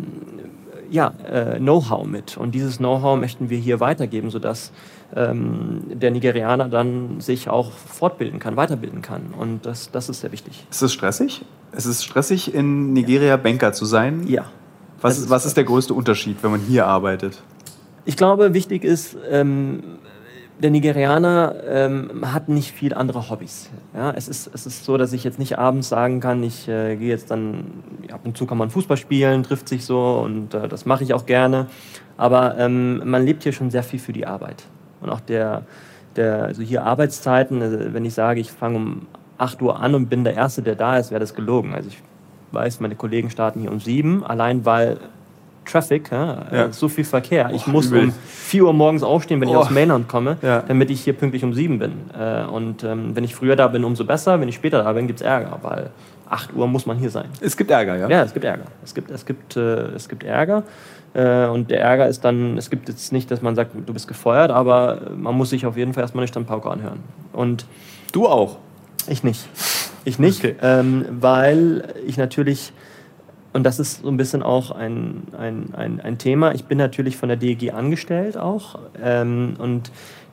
ja, äh, Know-how mit. Und dieses Know-how möchten wir hier weitergeben, sodass ähm, der Nigerianer dann sich auch fortbilden kann, weiterbilden kann. Und das, das ist sehr wichtig. Ist es stressig? Es ist stressig, in Nigeria Banker zu sein? Ja. Was ist, was ist der größte Unterschied, wenn man hier arbeitet? Ich glaube, wichtig ist, ähm, der Nigerianer ähm, hat nicht viel andere Hobbys. Ja, es ist, es ist so, dass ich jetzt nicht abends sagen kann, ich äh, gehe jetzt dann, ja, ab und zu kann man Fußball spielen, trifft sich so und äh, das mache ich auch gerne. Aber ähm, man lebt hier schon sehr viel für die Arbeit. Und auch der, der also hier Arbeitszeiten, also wenn ich sage, ich fange um acht Uhr an und bin der Erste, der da ist, wäre das gelogen. Also ich weiß, meine Kollegen starten hier um sieben, allein weil Traffic, ja, ja. so viel Verkehr. Ich oh, muss übel. um vier Uhr morgens aufstehen, wenn oh. ich aus Mainland komme, ja. damit ich hier pünktlich um sieben bin. Und ähm, wenn ich früher da bin, umso besser. Wenn ich später da bin, gibt es Ärger, weil acht Uhr muss man hier sein. Es gibt Ärger, ja? Ja, es gibt Ärger. Es gibt, es gibt, äh, es gibt Ärger. Äh, und der Ärger ist dann, es gibt jetzt nicht, dass man sagt, du bist gefeuert, aber man muss sich auf jeden Fall erstmal eine Standpauke anhören. Und du auch? Ich nicht. Ich nicht, okay. ähm, weil ich natürlich... Und das ist so ein bisschen auch ein, ein, ein, ein Thema. Ich bin natürlich von der D E G angestellt auch ähm, und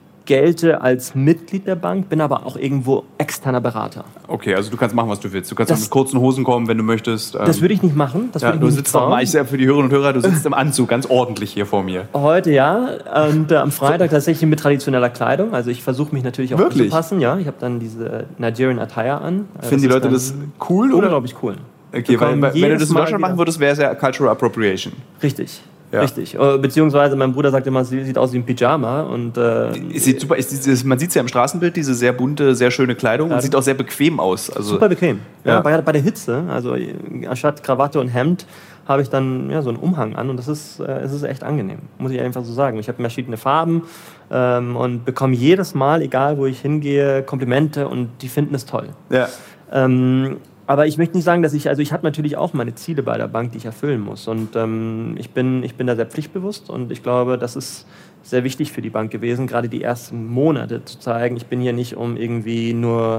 gelte als Mitglied der Bank, bin aber auch irgendwo externer Berater. Okay, also du kannst machen, was du willst. Du kannst das, mit kurzen Hosen kommen, wenn du möchtest. Das würde ich nicht machen. Das ja, ich du nicht sitzt doch mal, ich sehe für die Hörerinnen und Hörer, du sitzt im Anzug, ganz ordentlich hier vor mir. Heute ja und äh, am Freitag tatsächlich mit traditioneller Kleidung. Also ich versuche mich natürlich auch Wirklich? anzupassen. Ja, ich habe dann diese Nigerian Attire an. Finden die Leute das cool? Unglaublich cool. Okay, weil, weil wenn du das in Deutschland machen würdest, wäre es ja Cultural Appropriation. Richtig, ja. richtig. Beziehungsweise mein Bruder sagt immer, sie sieht aus wie ein Pyjama. Und, äh, sieht super, ist, man sieht es ja im Straßenbild, diese sehr bunte, sehr schöne Kleidung und sieht auch sehr bequem aus. Also, super bequem. Ja. Ja, bei, bei der Hitze, also anstatt Krawatte und Hemd, habe ich dann ja, so einen Umhang an und das ist, äh, es ist echt angenehm, muss ich einfach so sagen. Ich habe verschiedene Farben ähm, und bekomme jedes Mal, egal wo ich hingehe, Komplimente und die finden es toll. Ja. Ähm, Aber ich möchte nicht sagen, dass ich, also ich habe natürlich auch meine Ziele bei der Bank, die ich erfüllen muss. Und ähm, ich bin, ich bin da sehr pflichtbewusst und ich glaube, das ist sehr wichtig für die Bank gewesen, gerade die ersten Monate zu zeigen, ich bin hier nicht, um irgendwie nur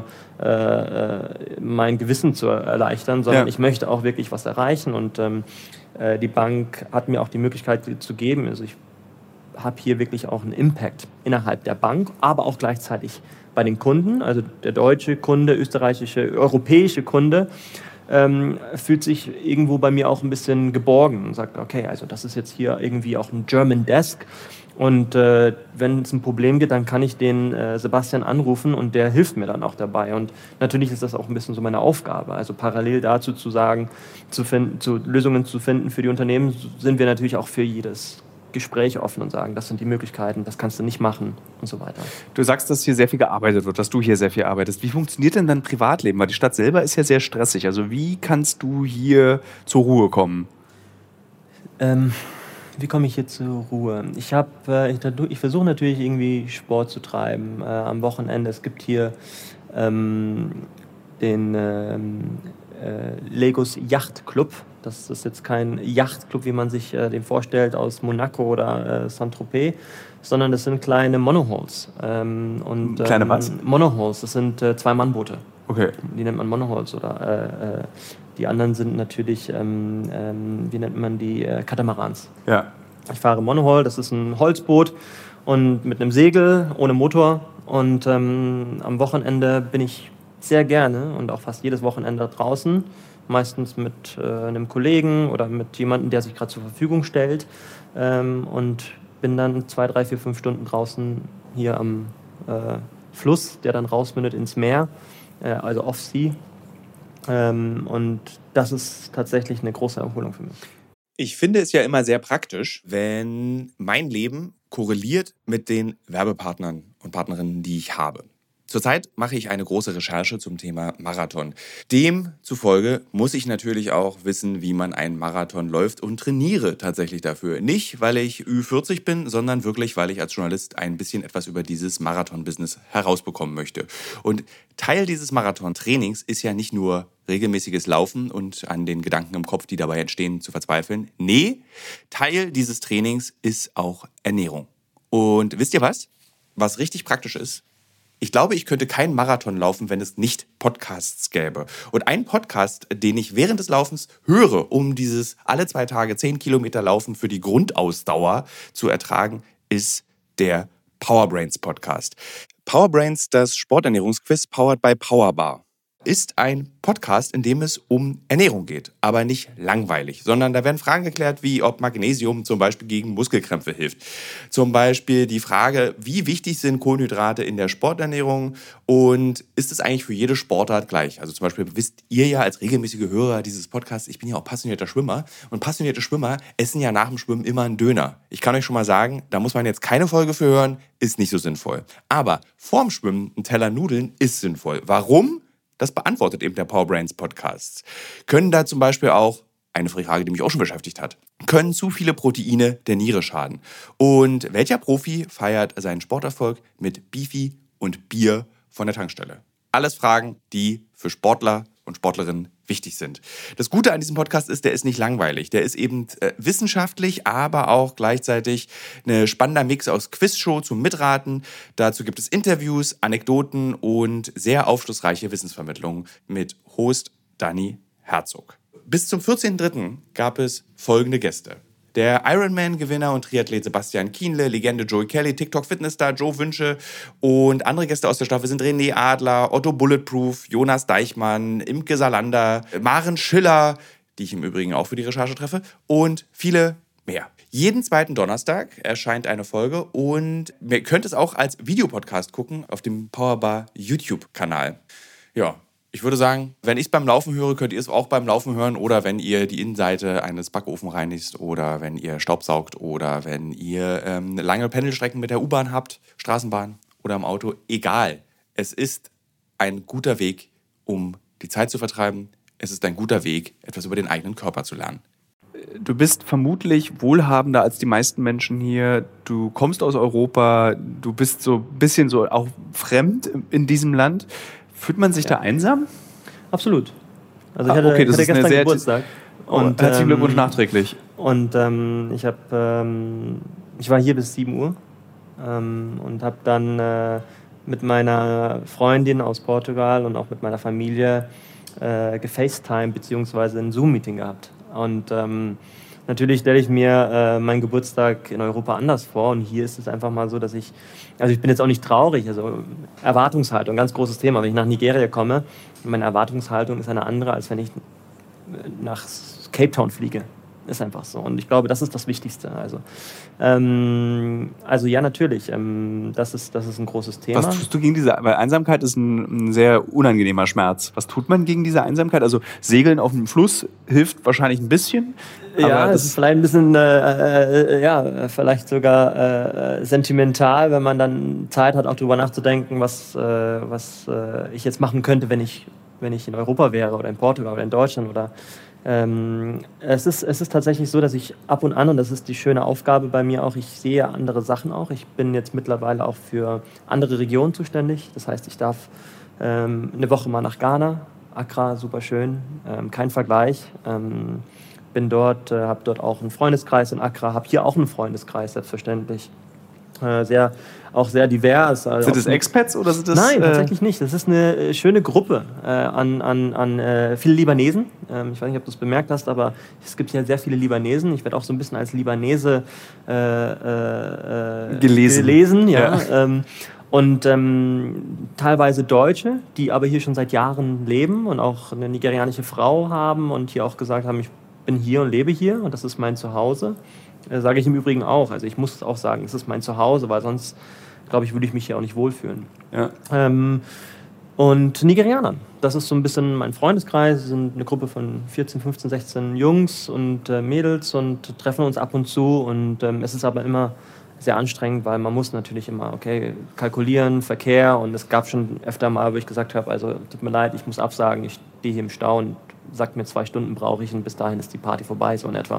äh, mein Gewissen zu erleichtern, sondern ja. ich möchte auch wirklich was erreichen. Und ähm, äh, die Bank hat mir auch die Möglichkeit zu geben, also ich habe hier wirklich auch einen Impact innerhalb der Bank, aber auch gleichzeitig bei den Kunden, also der deutsche Kunde, österreichische, europäische Kunde, ähm, fühlt sich irgendwo bei mir auch ein bisschen geborgen und sagt, okay, also das ist jetzt hier irgendwie auch ein German Desk. Und äh, wenn es ein Problem gibt, dann kann ich den äh, Sebastian anrufen und der hilft mir dann auch dabei. Und natürlich ist das auch ein bisschen so meine Aufgabe. Also parallel dazu zu sagen, zu, finden, zu Lösungen zu finden für die Unternehmen, sind wir natürlich auch für jedes Gespräch offen und sagen, das sind die Möglichkeiten, das kannst du nicht machen und so weiter. Du sagst, dass hier sehr viel gearbeitet wird, dass du hier sehr viel arbeitest. Wie funktioniert denn dein Privatleben? Weil die Stadt selber ist ja sehr stressig. Also wie kannst du hier zur Ruhe kommen? Ähm... Wie komme ich hier zur Ruhe? Ich, hab, äh, ich, ich versuche natürlich irgendwie Sport zu treiben äh, am Wochenende. Es gibt hier ähm, den ähm, äh, Legos Yachtclub. Das ist jetzt kein Yachtclub, wie man sich äh, den vorstellt aus Monaco oder äh, Saint-Tropez, sondern das sind kleine Monohulls. Ähm, und, ähm, kleine was? Monohulls, das sind äh, Zwei-Mann-Boote. Okay. Die nennt man Monohulls oder äh, äh, die anderen sind natürlich, ähm, ähm, wie nennt man die, äh, Katamarans. Ja. Ich fahre Monohull, das ist ein Holzboot und mit einem Segel, ohne Motor. Und ähm, am Wochenende bin ich sehr gerne und auch fast jedes Wochenende draußen. Meistens mit äh, einem Kollegen oder mit jemandem, der sich gerade zur Verfügung stellt. Ähm, und bin dann zwei, drei, vier, fünf Stunden draußen hier am äh, Fluss, der dann rausmündet ins Meer, äh, also Off-Sea. Ähm, und das ist tatsächlich eine große Erholung für mich. Ich finde es ja immer sehr praktisch, wenn mein Leben korreliert mit den Werbepartnern und Partnerinnen, die ich habe. Zurzeit mache ich eine große Recherche zum Thema Marathon. Demzufolge muss ich natürlich auch wissen, wie man einen Marathon läuft und trainiere tatsächlich dafür. Nicht, weil ich Ü vierzig bin, sondern wirklich, weil ich als Journalist ein bisschen etwas über dieses Marathon-Business herausbekommen möchte. Und Teil dieses Marathon-Trainings ist ja nicht nur regelmäßiges Laufen und an den Gedanken im Kopf, die dabei entstehen, zu verzweifeln. Nee, Teil dieses Trainings ist auch Ernährung. Und wisst ihr was? Was richtig praktisch ist? Ich glaube, ich könnte keinen Marathon laufen, wenn es nicht Podcasts gäbe. Und ein Podcast, den ich während des Laufens höre, um dieses alle zwei Tage zehn Kilometer Laufen für die Grundausdauer zu ertragen, ist der Powerbrains Podcast. Powerbrains, das Sporternährungsquiz, powered by Powerbar, ist ein Podcast, in dem es um Ernährung geht, aber nicht langweilig, sondern da werden Fragen geklärt, wie ob Magnesium zum Beispiel gegen Muskelkrämpfe hilft. Zum Beispiel die Frage, wie wichtig sind Kohlenhydrate in der Sporternährung und ist es eigentlich für jede Sportart gleich? Also zum Beispiel wisst ihr ja als regelmäßige Hörer dieses Podcasts, ich bin ja auch passionierter Schwimmer und passionierte Schwimmer essen ja nach dem Schwimmen immer einen Döner. Ich kann euch schon mal sagen, da muss man jetzt keine Folge für hören, ist nicht so sinnvoll. Aber vorm Schwimmen ein Teller Nudeln ist sinnvoll. Warum? Das beantwortet eben der Powerbrains Podcast. Können da zum Beispiel auch, eine Frage, die mich auch schon beschäftigt hat, können zu viele Proteine der Niere schaden? Und welcher Profi feiert seinen Sporterfolg mit Beefy und Bier von der Tankstelle? Alles Fragen, die für Sportler und Sportlerinnen wichtig sind. Das Gute an diesem Podcast ist, der ist nicht langweilig. Der ist eben äh, wissenschaftlich, aber auch gleichzeitig ein spannender Mix aus Quizshow zum Mitraten. Dazu gibt es Interviews, Anekdoten und sehr aufschlussreiche Wissensvermittlungen mit Host Dani Herzog. Bis zum vierzehnten dritten gab es folgende Gäste. Der Ironman-Gewinner und Triathlet Sebastian Kienle, Legende Joey Kelly, TikTok-Fitnessstar Joe Wünsche und andere Gäste aus der Staffel sind René Adler, Otto Bulletproof, Jonas Deichmann, Imke Salander, Maren Schiller, die ich im Übrigen auch für die Recherche treffe, und viele mehr. Jeden zweiten Donnerstag erscheint eine Folge und ihr könnt es auch als Videopodcast gucken auf dem Powerbar YouTube-Kanal. Ja. Ich würde sagen, wenn ich es beim Laufen höre, könnt ihr es auch beim Laufen hören oder wenn ihr die Innenseite eines Backofens reinigt oder wenn ihr Staubsaugt oder wenn ihr ähm, lange Pendelstrecken mit der U-Bahn habt, Straßenbahn oder im Auto. Egal, es ist ein guter Weg, um die Zeit zu vertreiben. Es ist ein guter Weg, etwas über den eigenen Körper zu lernen. Du bist vermutlich wohlhabender als die meisten Menschen hier. Du kommst aus Europa, du bist so ein bisschen so auch fremd in diesem Land. Fühlt man sich ja da einsam? Absolut. Also ich ah, hatte, okay, das ich hatte ist gestern eine Geburtstag. Oh, und, herzlichen ähm, Glückwunsch nachträglich. Und ähm, ich habe, ähm, ich war hier bis sieben Uhr ähm, und habe dann äh, mit meiner Freundin aus Portugal und auch mit meiner Familie äh, gefacetimed bzw. ein Zoom-Meeting gehabt. Und ähm, natürlich stelle ich mir äh, meinen Geburtstag in Europa anders vor und hier ist es einfach mal so, dass ich, also ich bin jetzt auch nicht traurig, also Erwartungshaltung, ganz großes Thema. Wenn ich nach Nigeria komme, meine Erwartungshaltung ist eine andere, als wenn ich nach Cape Town fliege. Ist einfach so. Und ich glaube, das ist das Wichtigste. Also, ähm, also ja, natürlich. Ähm, das, ist, das ist ein großes Thema. Was tust du gegen diese, weil Einsamkeit ist ein, ein sehr unangenehmer Schmerz. Was tut man gegen diese Einsamkeit? Also Segeln auf dem Fluss hilft wahrscheinlich ein bisschen. Ja, das ist vielleicht ein bisschen, äh, äh, ja, vielleicht sogar äh, sentimental, wenn man dann Zeit hat, auch darüber nachzudenken, was, äh, was äh, ich jetzt machen könnte, wenn ich, wenn ich in Europa wäre oder in Portugal oder in Deutschland oder Ähm, es ist, es ist tatsächlich so, dass ich ab und an, und das ist die schöne Aufgabe bei mir auch, ich sehe andere Sachen auch. Ich bin jetzt mittlerweile auch für andere Regionen zuständig. Das heißt, ich darf ähm, eine Woche mal nach Ghana, Accra, super schön, ähm, kein Vergleich. Ähm, bin dort, äh, habe dort auch einen Freundeskreis in Accra, habe hier auch einen Freundeskreis, selbstverständlich. Äh, sehr, auch sehr divers. Also sind das Expats oder sind das... Nein, äh tatsächlich nicht. Das ist eine äh, schöne Gruppe äh, an, an, an äh, viele Libanesen. Ähm, ich weiß nicht, ob du es bemerkt hast, aber es gibt ja sehr viele Libanesen. Ich werde auch so ein bisschen als Libanese äh, äh, gelesen. gelesen ja. Ja. Ähm, und ähm, teilweise Deutsche, die aber hier schon seit Jahren leben und auch eine nigerianische Frau haben und hier auch gesagt haben, ich bin hier und lebe hier und das ist mein Zuhause. Äh, sage ich im Übrigen auch. Also ich muss auch sagen, es ist mein Zuhause, weil sonst, glaube ich, würde ich mich hier auch nicht wohlfühlen. Ja. Ähm, und Nigerianern. Das ist so ein bisschen mein Freundeskreis. Wir sind eine Gruppe von vierzehn, fünfzehn, sechzehn Jungs und äh, Mädels und treffen uns ab und zu. Und ähm, es ist aber immer sehr anstrengend, weil man muss natürlich immer, okay, kalkulieren, Verkehr. Und es gab schon öfter mal, wo ich gesagt habe, also tut mir leid, ich muss absagen, ich stehe hier im Stau und sagt mir, zwei Stunden brauche ich und bis dahin ist die Party vorbei, so in etwa.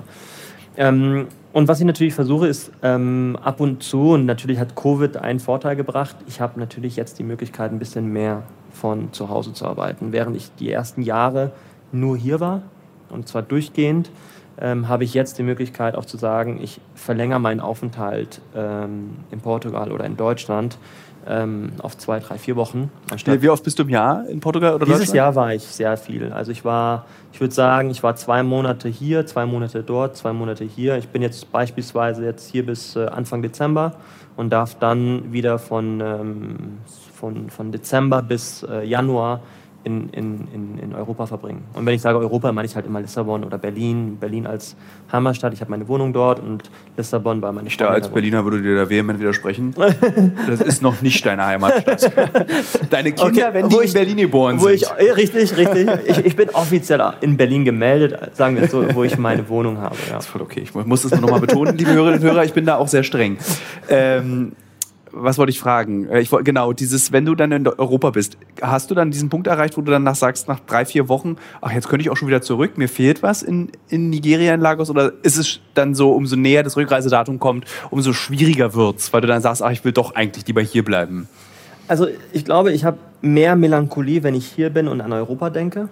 Ähm, und was ich natürlich versuche, ist ähm, ab und zu, und natürlich hat Covid einen Vorteil gebracht, ich habe natürlich jetzt die Möglichkeit, ein bisschen mehr von zu Hause zu arbeiten. Während ich die ersten Jahre nur hier war, und zwar durchgehend, ähm, habe ich jetzt die Möglichkeit auch zu sagen, ich verlängere meinen Aufenthalt ähm, in Portugal oder in Deutschland ähm, auf zwei, drei, vier Wochen. Wie, wie oft bist du im Jahr in Portugal oder Dieses Deutschland? Jahr war ich sehr viel. Also ich war, ich würde sagen, ich war zwei Monate hier, zwei Monate dort, zwei Monate hier. Ich bin jetzt beispielsweise jetzt hier bis äh, Anfang Dezember und darf dann wieder von, ähm, von, von Dezember bis äh, Januar in, in, in, in Europa verbringen. Und wenn ich sage Europa, meine ich halt immer Lissabon oder Berlin. Berlin als Heimatstadt, ich habe meine Wohnung dort und Lissabon war meine Ich da als Berliner würde dir da vehement widersprechen. Das ist noch nicht deine Heimatstadt. Deine Kinder, okay, wenn die in Berlin geboren wo sind. Ich, richtig, richtig. Ich, ich bin offiziell in Berlin gemeldet, sagen wir so, wo ich meine Wohnung habe. Ja. Das ist voll okay. Ich muss das nochmal betonen, liebe Hörerinnen und Hörer, ich bin da auch sehr streng. Ähm, Was wollte ich fragen? Ich, genau, dieses, wenn du dann in Europa bist, hast du dann diesen Punkt erreicht, wo du danach sagst, nach drei, vier Wochen, ach, jetzt könnte ich auch schon wieder zurück, mir fehlt was in, in Nigeria, in Lagos? Oder ist es dann so, umso näher das Rückreisedatum kommt, umso schwieriger wird's, weil du dann sagst, ach, ich will doch eigentlich lieber hier bleiben? Also ich glaube, ich habe mehr Melancholie, wenn ich hier bin und an Europa denke,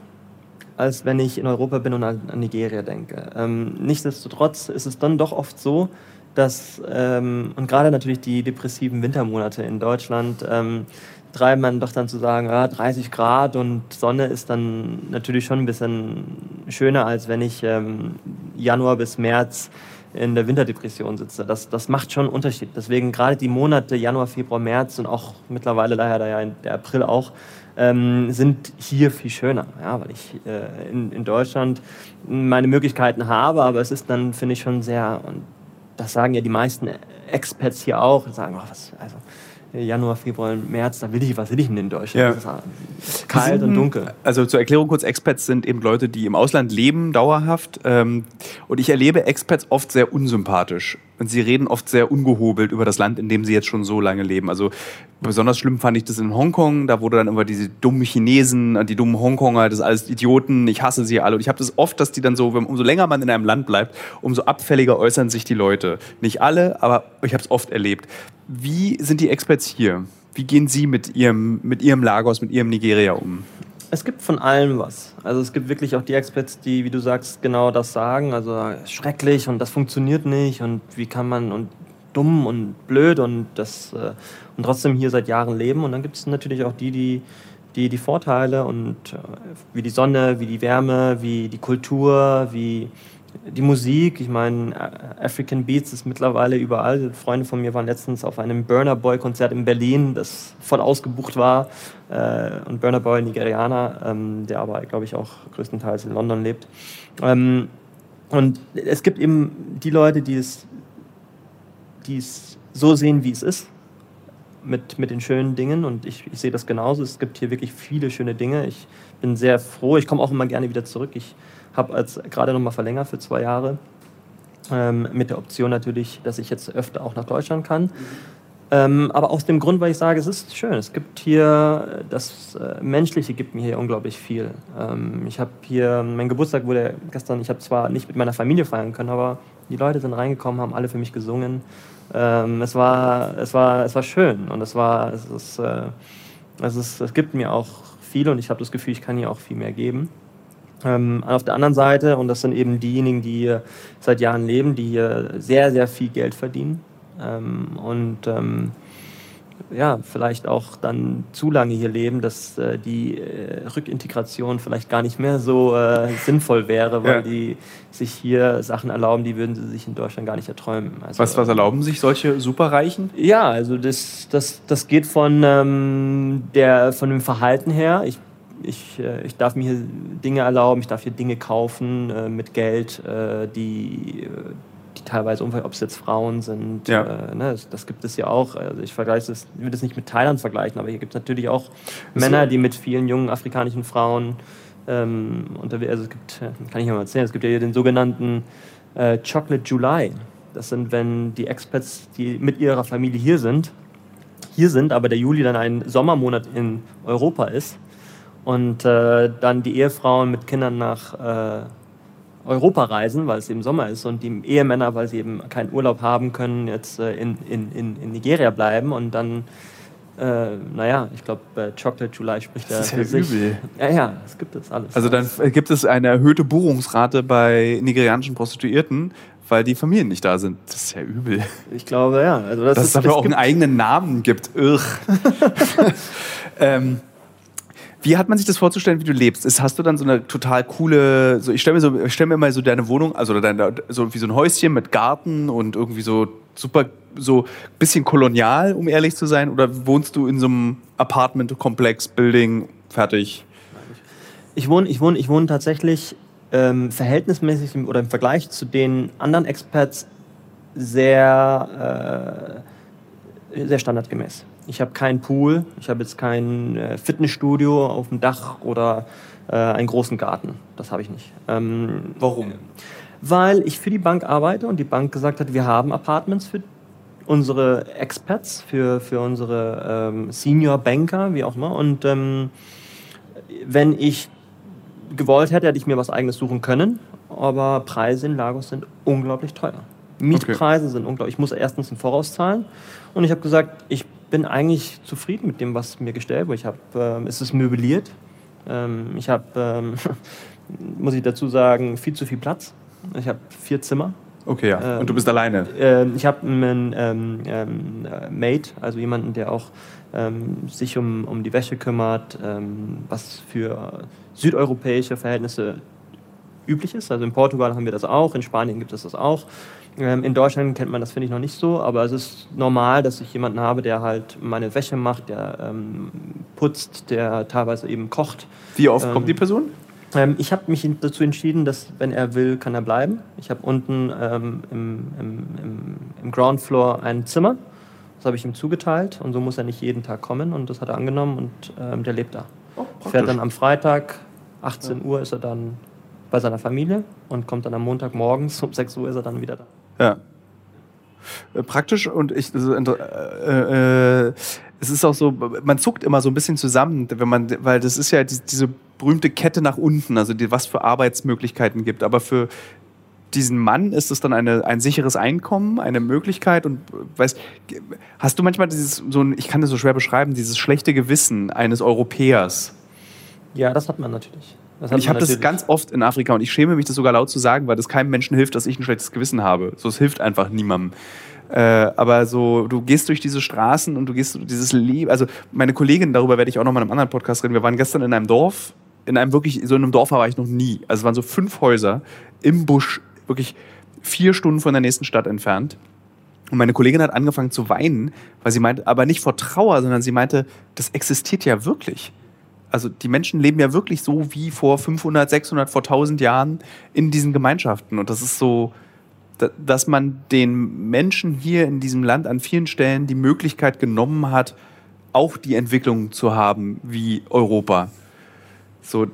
als wenn ich in Europa bin und an, an Nigeria denke. Ähm, nichtsdestotrotz ist es dann doch oft so, dass, ähm, und gerade natürlich die depressiven Wintermonate in Deutschland, ähm, treiben man doch dann zu sagen, ja, dreißig Grad und Sonne ist dann natürlich schon ein bisschen schöner, als wenn ich ähm, Januar bis März in der Winterdepression sitze. Das, das macht schon einen Unterschied. Deswegen gerade die Monate Januar, Februar, März und auch mittlerweile daher der, der April auch, ähm, sind hier viel schöner, ja, weil ich äh, in, in Deutschland meine Möglichkeiten habe, aber es ist dann, finde ich, schon sehr, und das sagen ja die meisten Expats hier auch, sagen, oh, was, also Januar, Februar, März, da will ich, was will ich denn in Deutschland? Ja. Das ist kalt sind, und dunkel. Also zur Erklärung kurz, Expats sind eben Leute, die im Ausland leben, dauerhaft. Ähm, und ich erlebe Expats oft sehr unsympathisch. Und sie reden oft sehr ungehobelt über das Land, in dem sie jetzt schon so lange leben. Also besonders schlimm fand ich das in Hongkong. Da wurde dann immer diese dummen Chinesen, die dummen Hongkonger, das sind alles Idioten, ich hasse sie alle. Und ich habe das oft, dass die dann so, umso länger man in einem Land bleibt, umso abfälliger äußern sich die Leute. Nicht alle, aber ich habe es oft erlebt. Wie sind die Expats hier? Wie gehen sie mit ihrem, mit ihrem Lagos, mit ihrem Nigeria um? Es gibt von allem was. Also es gibt wirklich auch die Expats, die, wie du sagst, genau das sagen. Also schrecklich und das funktioniert nicht und wie kann man und dumm und blöd und das äh, und trotzdem hier seit Jahren leben. Und dann gibt es natürlich auch die, die die, die Vorteile und äh, wie die Sonne, wie die Wärme, wie die Kultur, wie die Musik, ich meine, African Beats ist mittlerweile überall. Freunde von mir waren letztens auf einem Burna Boy Konzert in Berlin, das voll ausgebucht war. Äh, und Burna Boy, Nigerianer, ähm, der aber, glaube ich, auch größtenteils in London lebt. Ähm, und es gibt eben die Leute, die es, die es so sehen, wie es ist, mit, mit den schönen Dingen. Und ich, ich sehe das genauso. Es gibt hier wirklich viele schöne Dinge. Ich bin sehr froh. Ich komme auch immer gerne wieder zurück. Ich habe als gerade noch mal verlängert für zwei Jahre, ähm, mit der Option natürlich, dass ich jetzt öfter auch nach Deutschland kann. Mhm. Ähm, aber aus dem Grund, weil ich sage, es ist schön. Es gibt hier, das äh, Menschliche gibt mir hier unglaublich viel. Ähm, ich habe hier, mein Geburtstag wurde gestern, ich habe zwar nicht mit meiner Familie feiern können, aber die Leute sind reingekommen, haben alle für mich gesungen. Ähm, es war, es war, es war schön und es war, es ist, äh, es ist, es gibt mir auch viel und ich habe das Gefühl, ich kann hier auch viel mehr geben. Ähm, auf der anderen Seite, und das sind eben diejenigen, die hier seit Jahren leben, die hier sehr, sehr viel Geld verdienen ähm, und ähm, ja, vielleicht auch dann zu lange hier leben, dass äh, die äh, Rückintegration vielleicht gar nicht mehr so äh, sinnvoll wäre, weil ja. die sich hier Sachen erlauben, die würden sie sich in Deutschland gar nicht erträumen. Also, was, was erlauben sich solche Superreichen? Ja, also das, das, das geht von, ähm, der, von dem Verhalten her. Ich Ich, äh, ich darf mir hier Dinge erlauben, ich darf hier Dinge kaufen äh, mit Geld, äh, die, die teilweise, ob es jetzt Frauen sind, ja. äh, ne, das, das gibt es ja auch. Also ich vergleiche das, ich will das nicht mit Thailand vergleichen, aber hier gibt es natürlich auch das Männer, die mit vielen jungen afrikanischen Frauen ähm, unterwegs, also es gibt, kann ich ja mal erzählen, es gibt ja hier den sogenannten äh, Chocolate July. Das sind, wenn die Expats, die mit ihrer Familie hier sind, hier sind, aber der Juli dann ein Sommermonat in Europa ist, und äh, dann die Ehefrauen mit Kindern nach äh, Europa reisen, weil es eben Sommer ist, und die Ehemänner, weil sie eben keinen Urlaub haben können, jetzt äh, in, in, in Nigeria bleiben und dann, äh, naja, ich glaube, äh, Chocolate July spricht da für sich. Das ist ja übel. Ja, ja, das gibt es alles. Also dann gibt es eine erhöhte Buchungsrate bei nigerianischen Prostituierten, weil die Familien nicht da sind. Das ist ja übel. Ich glaube, ja. Also das Dass ist, es dafür es auch einen eigenen Namen gibt. Irr. ähm, Wie hat man sich das vorzustellen, wie du lebst? Ist, hast du dann so eine total coole, so ich stelle mir, so, stell mir mal so deine Wohnung, also deine, so wie so ein Häuschen mit Garten und irgendwie so super, so ein bisschen kolonial, um ehrlich zu sein, oder wohnst du in so einem Apartment-Komplex, Building, fertig? Ich wohne, ich wohne, ich wohne tatsächlich ähm, verhältnismäßig im, oder im Vergleich zu den anderen Expats sehr, äh, sehr standardgemäß. Ich habe keinen Pool, ich habe jetzt kein äh, Fitnessstudio auf dem Dach oder äh, einen großen Garten. Das habe ich nicht. Ähm, Warum? Weil ich für die Bank arbeite und die Bank gesagt hat, wir haben Apartments für unsere Expats, für, für unsere ähm, Senior Banker, wie auch immer. Und ähm, wenn ich gewollt hätte, hätte ich mir was Eigenes suchen können. Aber Preise in Lagos sind unglaublich teuer. Mietpreise okay. sind unglaublich. Ich muss erstens im Voraus zahlen. Und ich habe gesagt, ich bin eigentlich zufrieden mit dem, was mir gestellt wurde. Ich habe, ähm, es ist möbliert. Ähm, ich habe, ähm, muss ich dazu sagen, viel zu viel Platz. Ich habe vier Zimmer. Okay, ja. Und ähm, du bist alleine? Äh, ich habe einen ähm, ähm, Maid, also jemanden, der auch ähm, sich um, um die Wäsche kümmert, ähm, was für südeuropäische Verhältnisse üblich ist. Also in Portugal haben wir das auch, in Spanien gibt es das auch. In Deutschland kennt man das, finde ich, noch nicht so, aber es ist normal, dass ich jemanden habe, der halt meine Wäsche macht, der ähm, putzt, der teilweise eben kocht. Wie oft ähm, kommt die Person? Ähm, ich habe mich dazu entschieden, dass, wenn er will, kann er bleiben. Ich habe unten ähm, im, im, im, im Ground Floor ein Zimmer, das habe ich ihm zugeteilt und so muss er nicht jeden Tag kommen und das hat er angenommen und ähm, der lebt da. Oh, fährt dann am Freitag, achtzehn Uhr ist er dann bei seiner Familie und kommt dann am Montag morgens um sechs Uhr ist er dann wieder da. Ja. Praktisch und ich, also, äh, äh, es ist auch so, man zuckt immer so ein bisschen zusammen, wenn man, weil das ist ja die, diese berühmte Kette nach unten, also die, was für Arbeitsmöglichkeiten gibt. Aber für diesen Mann ist es dann eine, ein sicheres Einkommen, eine Möglichkeit und weiß, hast du manchmal dieses, so ein, ich kann das so schwer beschreiben, dieses schlechte Gewissen eines Europäers? Ja, das hat man natürlich. Und ich habe das ganz oft in Afrika und ich schäme mich, das sogar laut zu sagen, weil das keinem Menschen hilft, dass ich ein schlechtes Gewissen habe. So, es hilft einfach niemandem. Äh, aber so, du gehst durch diese Straßen und du gehst durch dieses Leben. Also meine Kollegin, darüber werde ich auch noch mal in einem anderen Podcast reden. Wir waren gestern in einem Dorf, in einem wirklich, so in einem Dorf war ich noch nie. Also es waren so fünf Häuser im Busch, wirklich vier Stunden von der nächsten Stadt entfernt. Und meine Kollegin hat angefangen zu weinen, weil sie meinte, aber nicht vor Trauer, sondern sie meinte, das existiert ja wirklich. Also die Menschen leben ja wirklich so wie vor fünfhundert, sechshundert, vor tausend Jahren in diesen Gemeinschaften. Und das ist so, dass man den Menschen hier in diesem Land an vielen Stellen die Möglichkeit genommen hat, auch die Entwicklung zu haben wie Europa. So,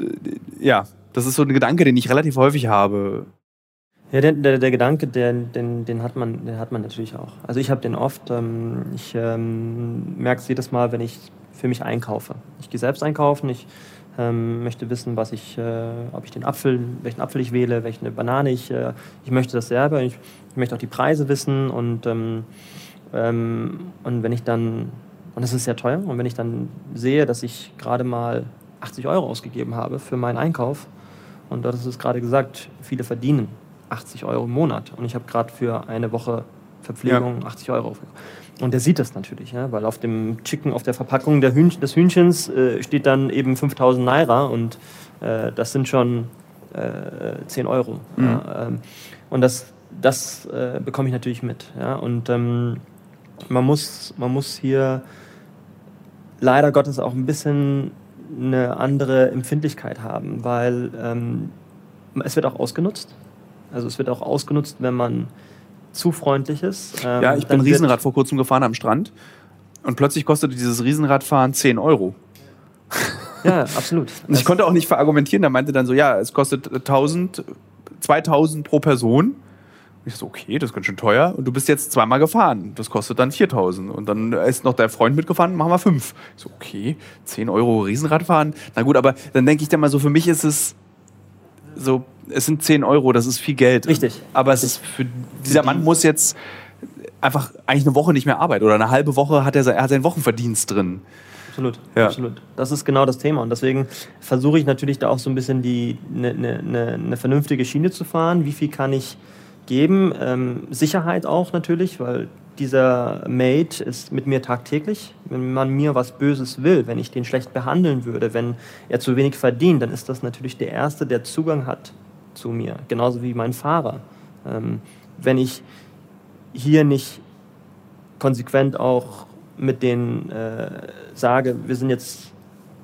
ja, das ist so ein Gedanke, den ich relativ häufig habe. Ja, der, der, der Gedanke, den, den, den, hat man, den hat man natürlich auch. Also ich habe den oft. Ähm, ich ähm, merke es jedes Mal, wenn ich für mich einkaufe. Ich gehe selbst einkaufen. Ich ähm, möchte wissen, was ich, äh, ob ich den Apfel, welchen Apfel ich wähle, welche Banane ich. Äh, ich möchte das selber. Ich, ich möchte auch die Preise wissen und ähm, ähm, und wenn ich dann und das ist sehr teuer und wenn ich dann sehe, dass ich gerade mal achtzig Euro ausgegeben habe für meinen Einkauf und das ist gerade gesagt, viele verdienen achtzig Euro im Monat. Und ich habe gerade für eine Woche Verpflegung ja. achtzig Euro. Und der sieht das natürlich, ja, weil auf dem Chicken, auf der Verpackung der Hühnchen, des Hühnchens äh, steht dann eben fünftausend Naira und äh, das sind schon äh, zehn Euro. Mhm. Ja, ähm, und das, das äh, bekomme ich natürlich mit. Ja, und ähm, man muss, man muss hier leider Gottes auch ein bisschen eine andere Empfindlichkeit haben, weil ähm, es wird auch ausgenutzt. Also es wird auch ausgenutzt, wenn man zu freundlich ist. Ähm, ja, ich bin Riesenrad vor kurzem gefahren am Strand und plötzlich kostete dieses Riesenradfahren zehn Euro. Ja, absolut. Und ich konnte auch nicht verargumentieren. Der meinte dann so, ja, es kostet tausend, zweitausend pro Person. Und ich so, okay, das ist ganz schön teuer. Und du bist jetzt zweimal gefahren. Das kostet dann viertausend. Und dann ist noch der Freund mitgefahren, machen wir fünf. Ich so, okay, zehn Euro Riesenradfahren. Na gut, aber dann denke ich dann mal so, für mich ist es so, es sind zehn Euro, das ist viel Geld. Richtig. Aber es ist für, dieser Mann muss jetzt einfach eigentlich eine Woche nicht mehr arbeiten oder eine halbe Woche hat er, er hat seinen Wochenverdienst drin. Absolut, ja. absolut. Das ist genau das Thema und deswegen versuche ich natürlich da auch so ein bisschen die eine ne, ne, ne vernünftige Schiene zu fahren. Wie viel kann ich geben? Ähm, Sicherheit auch natürlich, weil dieser Mate ist mit mir tagtäglich. Wenn man mir was Böses will, wenn ich den schlecht behandeln würde, wenn er zu wenig verdient, dann ist das natürlich der Erste, der Zugang hat zu mir. Genauso wie mein Fahrer. Ähm, wenn ich hier nicht konsequent auch mit denen äh, sage, wir sind jetzt,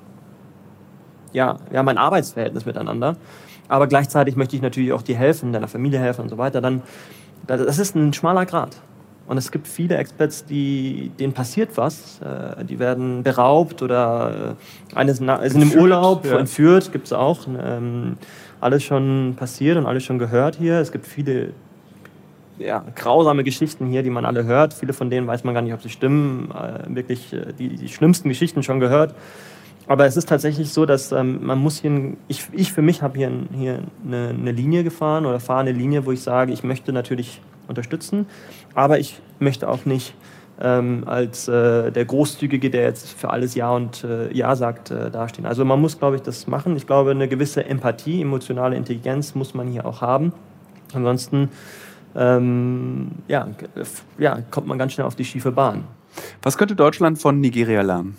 ja, wir haben ein Arbeitsverhältnis miteinander, aber gleichzeitig möchte ich natürlich auch dir helfen, deiner Familie helfen und so weiter, dann, das ist ein schmaler Grat. Und es gibt viele Expats, die, denen passiert was. Äh, die werden beraubt oder äh, eines sind im Urlaub, ja. entführt, gibt es auch. Ähm, alles schon passiert und alles schon gehört hier. Es gibt viele ja, grausame Geschichten hier, die man alle hört. Viele von denen weiß man gar nicht, ob sie stimmen. Äh, wirklich äh, die, die schlimmsten Geschichten schon gehört. Aber es ist tatsächlich so, dass ähm, man muss hier, ein, ich, ich für mich habe hier, ein, hier eine, eine Linie gefahren oder fahre eine Linie, wo ich sage, ich möchte natürlich unterstützen, aber ich möchte auch nicht ähm, als äh, der Großzügige, der jetzt für alles Ja und äh, Ja sagt, äh, dastehen. Also man muss, glaube ich, das machen. Ich glaube, eine gewisse Empathie, emotionale Intelligenz muss man hier auch haben. Ansonsten ähm, ja, ja, kommt man ganz schnell auf die schiefe Bahn. Was könnte Deutschland von Nigeria lernen?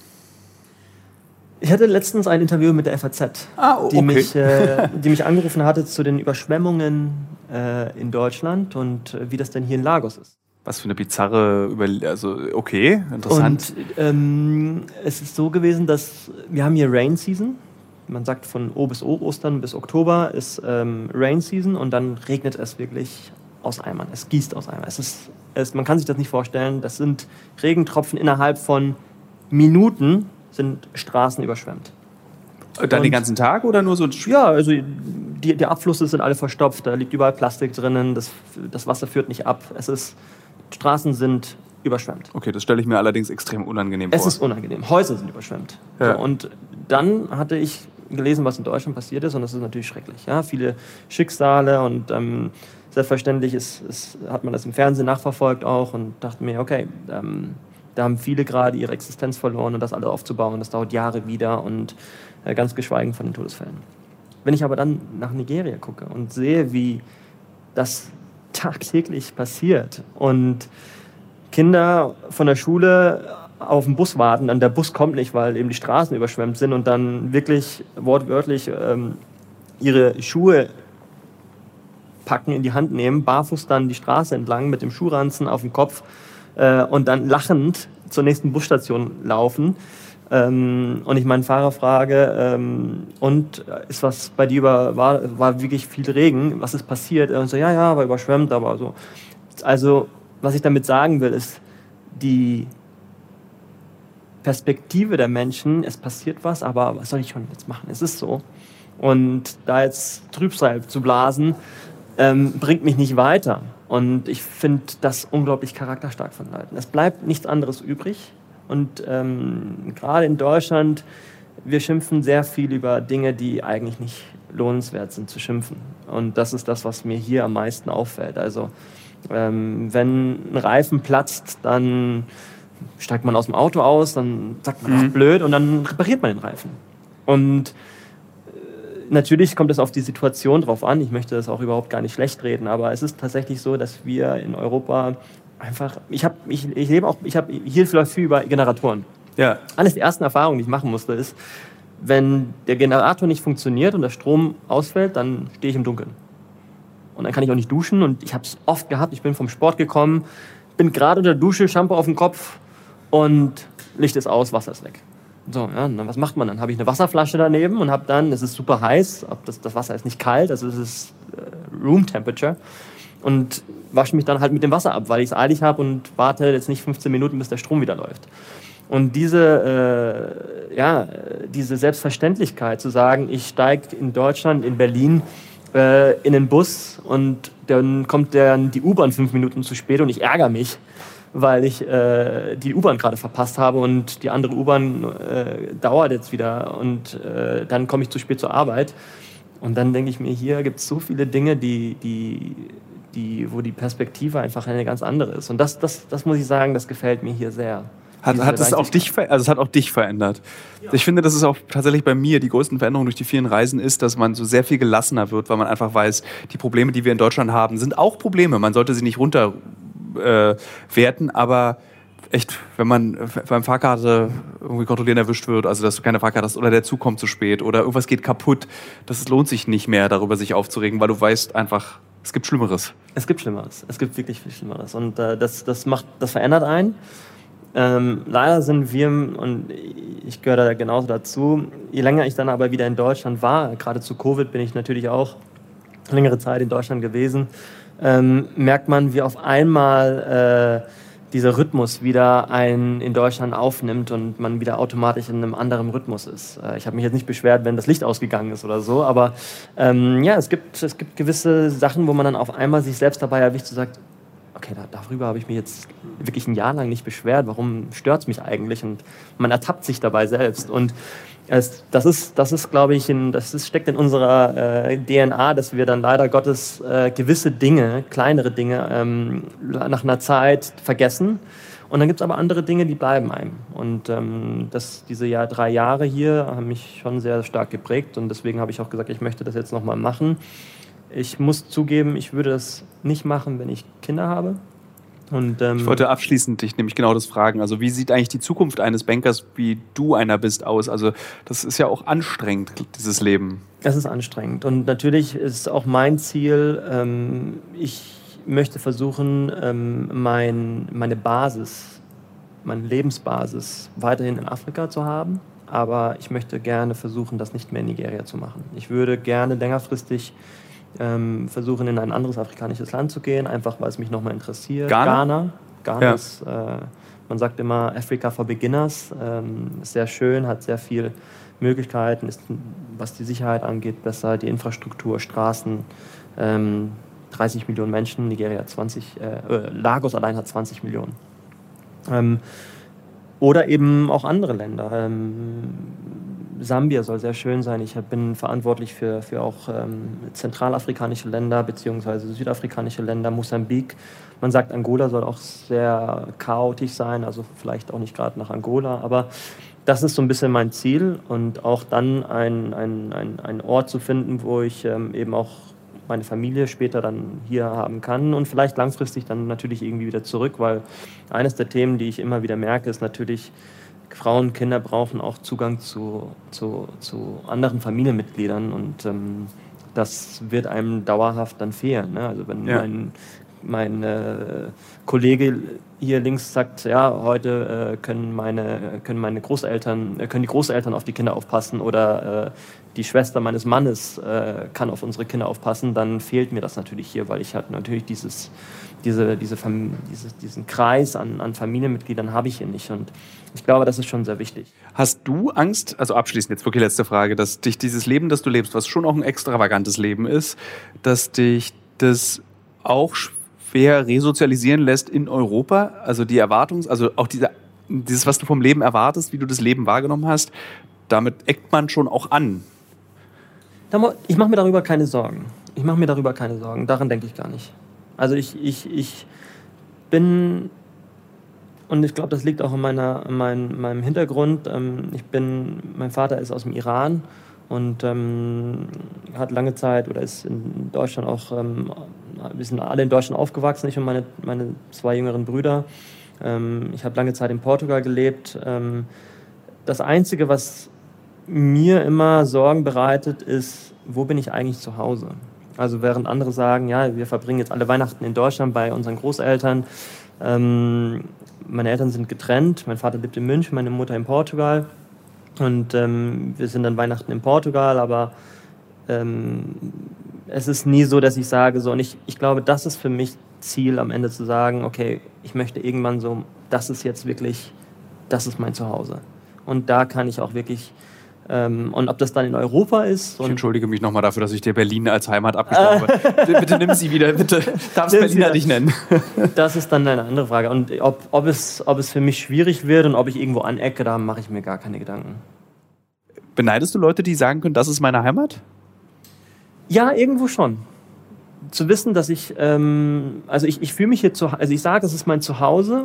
Ich hatte letztens ein Interview mit der F A Z, ah, okay. die, mich, äh, die mich angerufen hatte zu den Überschwemmungen äh, in Deutschland und äh, wie das denn hier in Lagos ist. Was für eine bizarre Über- also okay, interessant. Und ähm, es ist so gewesen, dass wir haben hier Rain Season. Man sagt von O bis O, Ostern bis Oktober ist ähm, Rain Season und dann regnet es wirklich aus Eimern. Es gießt aus Eimern. Es ist, es, man kann sich das nicht vorstellen. Das sind Regentropfen innerhalb von Minuten. Sind Straßen überschwemmt. Dann und den ganzen Tag oder nur so? Ja, also die, die Abflüsse sind alle verstopft, da liegt überall Plastik drinnen, das, das Wasser führt nicht ab. Es ist, Straßen sind überschwemmt. Okay, das stelle ich mir allerdings extrem unangenehm es vor. Es ist unangenehm, Häuser sind überschwemmt. Ja. So, und dann hatte ich gelesen, was in Deutschland passiert ist und das ist natürlich schrecklich. Ja? Viele Schicksale und ähm, selbstverständlich ist, ist, hat man das im Fernsehen nachverfolgt auch und dachte mir, okay, ähm, da haben viele gerade ihre Existenz verloren und das alles aufzubauen, das dauert Jahre wieder und äh, ganz geschweigen von den Todesfällen. Wenn ich aber dann nach Nigeria gucke und sehe, wie das tagtäglich passiert und Kinder von der Schule auf den Bus warten, dann der Bus kommt nicht, weil eben die Straßen überschwemmt sind und dann wirklich wortwörtlich ähm, ihre Schuhe packen, in die Hand nehmen, barfuß dann die Straße entlang mit dem Schuhranzen auf dem Kopf äh, und dann lachend zur nächsten Busstation laufen. Ähm, und ich meinen Fahrer frage, ähm, und ist was bei dir über, war, war wirklich viel Regen, was ist passiert? Und so, ja, ja, war überschwemmt, aber so. Also, was ich damit sagen will, ist, die Perspektive der Menschen, es passiert was, aber was soll ich schon jetzt machen? Es ist so. Und da jetzt Trübsal zu blasen, ähm, bringt mich nicht weiter. Und ich finde das unglaublich charakterstark von Leuten. Es bleibt nichts anderes übrig. Und ähm, gerade in Deutschland, wir schimpfen sehr viel über Dinge, die eigentlich nicht lohnenswert sind zu schimpfen. Und das ist das, was mir hier am meisten auffällt. Also ähm, wenn ein Reifen platzt, dann steigt man aus dem Auto aus, dann sagt man, ach, blöd, und dann repariert man den Reifen. Und äh, natürlich kommt es auf die Situation drauf an. Ich möchte das auch überhaupt gar nicht schlecht reden, aber es ist tatsächlich so, dass wir in Europa einfach, ich habe, ich, ich lebe auch, ich habe hier vielleicht viel über Generatoren. Ja. Eines der ersten Erfahrungen, die ich machen musste, ist, wenn der Generator nicht funktioniert und der Strom ausfällt, dann stehe ich im Dunkeln. Und dann kann ich auch nicht duschen, und ich habe es oft gehabt, ich bin vom Sport gekommen, bin gerade unter der Dusche, Shampoo auf dem Kopf und Licht ist aus, Wasser ist weg. So, ja, und dann was macht man? Dann habe ich eine Wasserflasche daneben und habe dann, es ist super heiß, das, das Wasser ist nicht kalt, also es ist äh, Room Temperature, und wasche mich dann halt mit dem Wasser ab, weil ich es eilig habe und warte jetzt nicht fünfzehn Minuten, bis der Strom wieder läuft. Und diese, äh, ja, diese Selbstverständlichkeit zu sagen, ich steige in Deutschland, in Berlin, äh, in den Bus und dann kommt der, die U-Bahn fünf Minuten zu spät und ich ärgere mich, weil ich äh, die U-Bahn gerade verpasst habe und die andere U-Bahn äh, dauert jetzt wieder, und äh, dann komme ich zu spät zur Arbeit. Und dann denke ich mir, hier gibt es so viele Dinge, die, die, die, wo die Perspektive einfach eine ganz andere ist. Und das, das, das muss ich sagen, das gefällt mir hier sehr. Hat, hat es auch dich, ver- also es hat auch dich verändert. Ja. Ich finde, das ist auch tatsächlich bei mir die größten Veränderungen durch die vielen Reisen ist, dass man so sehr viel gelassener wird, weil man einfach weiß, die Probleme, die wir in Deutschland haben, sind auch Probleme. Man sollte sie nicht runterwerten, äh, aber echt, wenn man beim Fahrkarte irgendwie kontrollieren erwischt wird, also dass du keine Fahrkarte hast oder der Zug kommt zu spät oder irgendwas geht kaputt, das lohnt sich nicht mehr, darüber sich aufzuregen, weil du weißt einfach, es gibt Schlimmeres. Es gibt Schlimmeres. Es gibt wirklich viel Schlimmeres. Und äh, das, das, macht, das verändert einen. Ähm, leider sind wir, und ich gehöre da genauso dazu, je länger ich dann aber wieder in Deutschland war, gerade zu Covid bin ich natürlich auch längere Zeit in Deutschland gewesen, ähm, merkt man, wie auf einmal äh, dieser Rhythmus wieder einen in Deutschland aufnimmt und man wieder automatisch in einem anderen Rhythmus ist. Äh, ich habe mich jetzt nicht beschwert, wenn das Licht ausgegangen ist oder so, aber ähm, ja, es gibt, es gibt gewisse Sachen, wo man dann auf einmal sich selbst dabei erwischt und sagt, okay, da, darüber habe ich mich jetzt wirklich ein Jahr lang nicht beschwert, warum stört es mich eigentlich? Und man ertappt sich dabei selbst. Und es, das ist, das ist, glaube ich, in, das ist, steckt in unserer äh, D N A, dass wir dann leider Gottes äh, gewisse Dinge, kleinere Dinge, ähm, nach einer Zeit vergessen. Und dann gibt es aber andere Dinge, die bleiben einem. Und ähm, das, diese Jahr, drei Jahre hier haben mich schon sehr stark geprägt. Und deswegen habe ich auch gesagt, ich möchte das jetzt nochmal machen. Ich muss zugeben, ich würde das nicht machen, wenn ich Kinder habe. Und, ähm, ich wollte abschließend dich nämlich genau das fragen. Also wie sieht eigentlich die Zukunft eines Bankers, wie du einer bist, aus? Also das ist ja auch anstrengend, dieses Leben. Es ist anstrengend. Und natürlich ist auch mein Ziel, ähm, ich möchte versuchen, ähm, mein, meine Basis, meine Lebensbasis weiterhin in Afrika zu haben. Aber ich möchte gerne versuchen, das nicht mehr in Nigeria zu machen. Ich würde gerne längerfristig Ähm, versuchen, in ein anderes afrikanisches Land zu gehen, einfach weil es mich nochmal interessiert. Ghana? Ghana, Ghana Ja. ist, äh, man sagt immer Africa for Beginners, ähm, ist sehr schön, hat sehr viele Möglichkeiten, ist, was die Sicherheit angeht, besser, die Infrastruktur, Straßen, ähm, dreißig Millionen Menschen, Nigeria zwanzig, äh, Lagos allein hat zwanzig Millionen. Ähm, oder eben auch andere Länder. Ähm, Sambia soll sehr schön sein. Ich bin verantwortlich für, für auch ähm, zentralafrikanische Länder beziehungsweise südafrikanische Länder, Mosambik. Man sagt, Angola soll auch sehr chaotisch sein, also vielleicht auch nicht gerade nach Angola, aber das ist so ein bisschen mein Ziel und auch dann ein, ein, ein, ein Ort zu finden, wo ich ähm, eben auch meine Familie später dann hier haben kann und vielleicht langfristig dann natürlich irgendwie wieder zurück, weil eines der Themen, die ich immer wieder merke, ist natürlich, Frauen und Kinder brauchen auch Zugang zu, zu, zu anderen Familienmitgliedern und ähm, das wird einem dauerhaft dann fehlen. Ne? Also wenn ja. mein, mein äh, Kollege hier links sagt, ja, heute äh, können meine können meine Großeltern äh, können die Großeltern auf die Kinder aufpassen oder äh, die Schwester meines Mannes äh, kann auf unsere Kinder aufpassen, dann fehlt mir das natürlich hier, weil ich halt natürlich dieses diese diese Fam- dieses, diesen Kreis an an Familienmitgliedern habe ich hier nicht und ich glaube, das ist schon sehr wichtig. Hast du Angst, also abschließend jetzt wirklich letzte Frage, dass dich dieses Leben, das du lebst, was schon auch ein extravagantes Leben ist, dass dich das auch schwer resozialisieren lässt in Europa? Also die Erwartungs-, also auch diese, dieses, was du vom Leben erwartest, wie du das Leben wahrgenommen hast, damit eckt man schon auch an. Ich mache mir darüber keine Sorgen. Ich mache mir darüber keine Sorgen. Daran denke ich gar nicht. Also ich, ich, ich bin, und ich glaube, das liegt auch in, meiner, in mein, meinem Hintergrund, ähm, ich bin, mein Vater ist aus dem Iran und ähm, hat lange Zeit oder ist in Deutschland auch, ähm, wir sind alle in Deutschland aufgewachsen, ich und meine, meine zwei jüngeren Brüder. Ähm, ich habe lange Zeit in Portugal gelebt. Ähm, das Einzige, was mir immer Sorgen bereitet, ist, wo bin ich eigentlich zu Hause? Also während andere sagen, ja, wir verbringen jetzt alle Weihnachten in Deutschland bei unseren Großeltern. Ähm, meine Eltern sind getrennt, mein Vater lebt in München, meine Mutter in Portugal. Und ähm, wir sind dann Weihnachten in Portugal, aber ähm, es ist nie so, dass ich sage, so, und ich, ich glaube, das ist für mich Ziel am Ende zu sagen, okay, ich möchte irgendwann so, das ist jetzt wirklich, das ist mein Zuhause. Und da kann ich auch wirklich, ähm, und ob das dann in Europa ist. Ich entschuldige mich nochmal dafür, dass ich dir Berlin als Heimat abgesprochen habe. Bitte nimm sie wieder, bitte. Darfst Berliner dich nennen. Das ist dann eine andere Frage. Und ob, ob, es, ob es für mich schwierig wird und ob ich irgendwo anecke, da mache ich mir gar keine Gedanken. Beneidest du Leute, die sagen können, das ist meine Heimat? Ja, irgendwo schon. Zu wissen, dass ich, ähm, also ich, ich fühle mich hier zu, also ich sage, es ist mein Zuhause,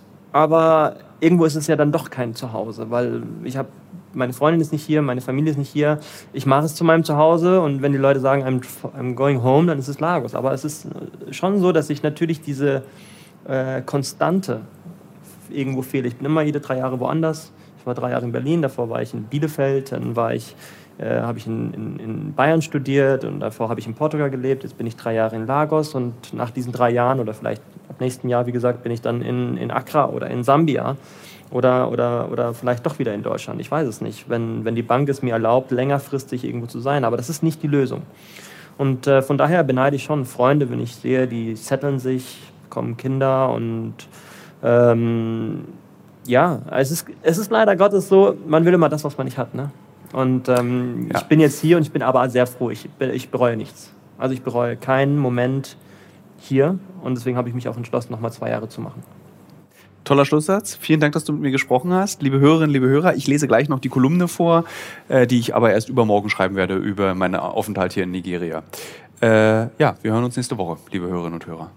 aber irgendwo ist es ja dann doch kein Zuhause, weil ich habe, meine Freundin ist nicht hier, meine Familie ist nicht hier, ich mache es zu meinem Zuhause und wenn die Leute sagen, I'm, I'm going home, dann ist es Lagos. Aber es ist schon so, dass ich natürlich diese äh, Konstante irgendwo fehle. Ich bin immer jede drei Jahre woanders. Ich war drei Jahre in Berlin, davor war ich in Bielefeld, dann war ich Äh, habe ich in, in, in Bayern studiert und davor habe ich in Portugal gelebt. Jetzt bin ich drei Jahre in Lagos und nach diesen drei Jahren oder vielleicht ab nächsten Jahr, wie gesagt, bin ich dann in, in Accra oder in Sambia oder, oder, oder vielleicht doch wieder in Deutschland. Ich weiß es nicht, wenn, wenn die Bank es mir erlaubt, längerfristig irgendwo zu sein. Aber das ist nicht die Lösung. Und äh, von daher beneide ich schon Freunde, wenn ich sehe, die setteln sich, bekommen Kinder und ähm, ja, es ist, es ist leider Gottes so, man will immer das, was man nicht hat, ne? Und ähm, ja. Ich bin jetzt hier und ich bin aber sehr froh. Ich, ich bereue nichts. Also ich bereue keinen Moment hier und deswegen habe ich mich auch entschlossen, nochmal zwei Jahre zu machen. Toller Schlusssatz. Vielen Dank, dass du mit mir gesprochen hast. Liebe Hörerinnen, liebe Hörer, ich lese gleich noch die Kolumne vor, äh, die ich aber erst übermorgen schreiben werde über meinen Aufenthalt hier in Nigeria. Äh, ja, wir hören uns nächste Woche, liebe Hörerinnen und Hörer.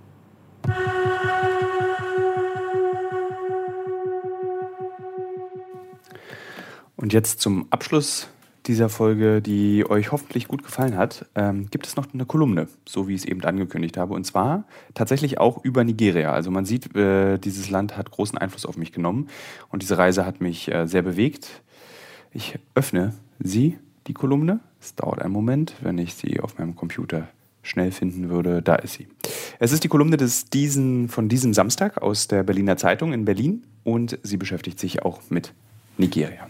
Und jetzt zum Abschluss dieser Folge, die euch hoffentlich gut gefallen hat, ähm, gibt es noch eine Kolumne, so wie ich es eben angekündigt habe. Und zwar tatsächlich auch über Nigeria. Also man sieht, äh, dieses Land hat großen Einfluss auf mich genommen. Und diese Reise hat mich äh, sehr bewegt. Ich öffne sie, die Kolumne. Es dauert einen Moment, wenn ich sie auf meinem Computer schnell finden würde. Da ist sie. Es ist die Kolumne des diesen, von diesem Samstag aus der Berliner Zeitung in Berlin. Und sie beschäftigt sich auch mit Nigeria.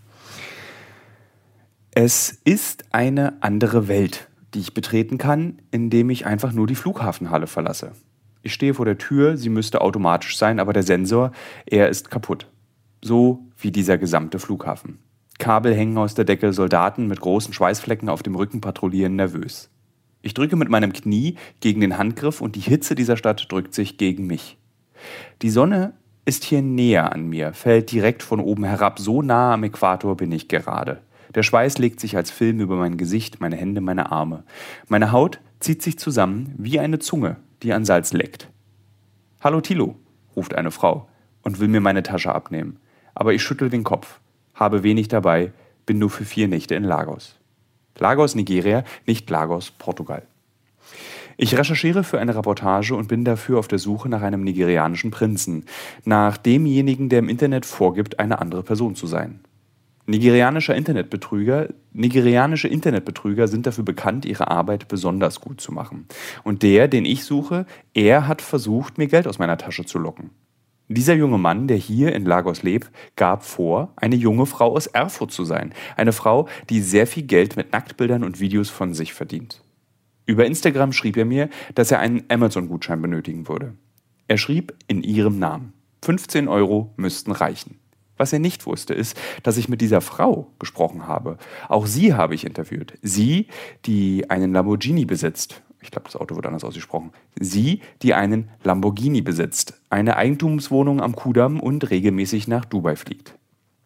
Es ist eine andere Welt, die ich betreten kann, indem ich einfach nur die Flughafenhalle verlasse. Ich stehe vor der Tür, sie müsste automatisch sein, aber der Sensor, er ist kaputt. So wie dieser gesamte Flughafen. Kabel hängen aus der Decke, Soldaten mit großen Schweißflecken auf dem Rücken patrouillieren nervös. Ich drücke mit meinem Knie gegen den Handgriff und die Hitze dieser Stadt drückt sich gegen mich. Die Sonne ist hier näher an mir, fällt direkt von oben herab, so nah am Äquator bin ich gerade. Der Schweiß legt sich als Film über mein Gesicht, meine Hände, meine Arme. Meine Haut zieht sich zusammen wie eine Zunge, die an Salz leckt. »Hallo Thilo«, ruft eine Frau und will mir meine Tasche abnehmen. Aber ich schüttel den Kopf, habe wenig dabei, bin nur für vier Nächte in Lagos. Lagos, Nigeria, nicht Lagos, Portugal. Ich recherchiere für eine Reportage und bin dafür auf der Suche nach einem nigerianischen Prinzen, nach demjenigen, der im Internet vorgibt, eine andere Person zu sein. Nigerianischer Internetbetrüger Nigerianische Internetbetrüger sind dafür bekannt, ihre Arbeit besonders gut zu machen. Und der, den ich suche, er hat versucht, mir Geld aus meiner Tasche zu locken. Dieser junge Mann, der hier in Lagos lebt, gab vor, eine junge Frau aus Erfurt zu sein. Eine Frau, die sehr viel Geld mit Nacktbildern und Videos von sich verdient. Über Instagram schrieb er mir, dass er einen Amazon-Gutschein benötigen würde. Er schrieb in ihrem Namen. fünfzehn Euro müssten reichen. Was er nicht wusste, ist, dass ich mit dieser Frau gesprochen habe. Auch sie habe ich interviewt. Sie, die einen Lamborghini besitzt. Ich glaube, das Auto wird anders ausgesprochen. Sie, die einen Lamborghini besitzt, eine Eigentumswohnung am Kudamm und regelmäßig nach Dubai fliegt.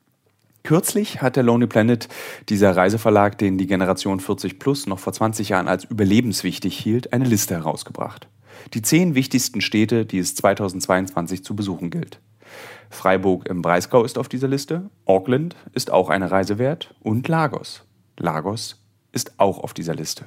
Kürzlich hat der Lonely Planet, dieser Reiseverlag, den die Generation vierzig plus noch vor zwanzig Jahren als überlebenswichtig hielt, eine Liste herausgebracht. Die zehn wichtigsten Städte, die es zweitausendzweiundzwanzig zu besuchen gilt. Freiburg im Breisgau ist auf dieser Liste, Auckland ist auch eine Reise wert und Lagos. Lagos ist auch auf dieser Liste.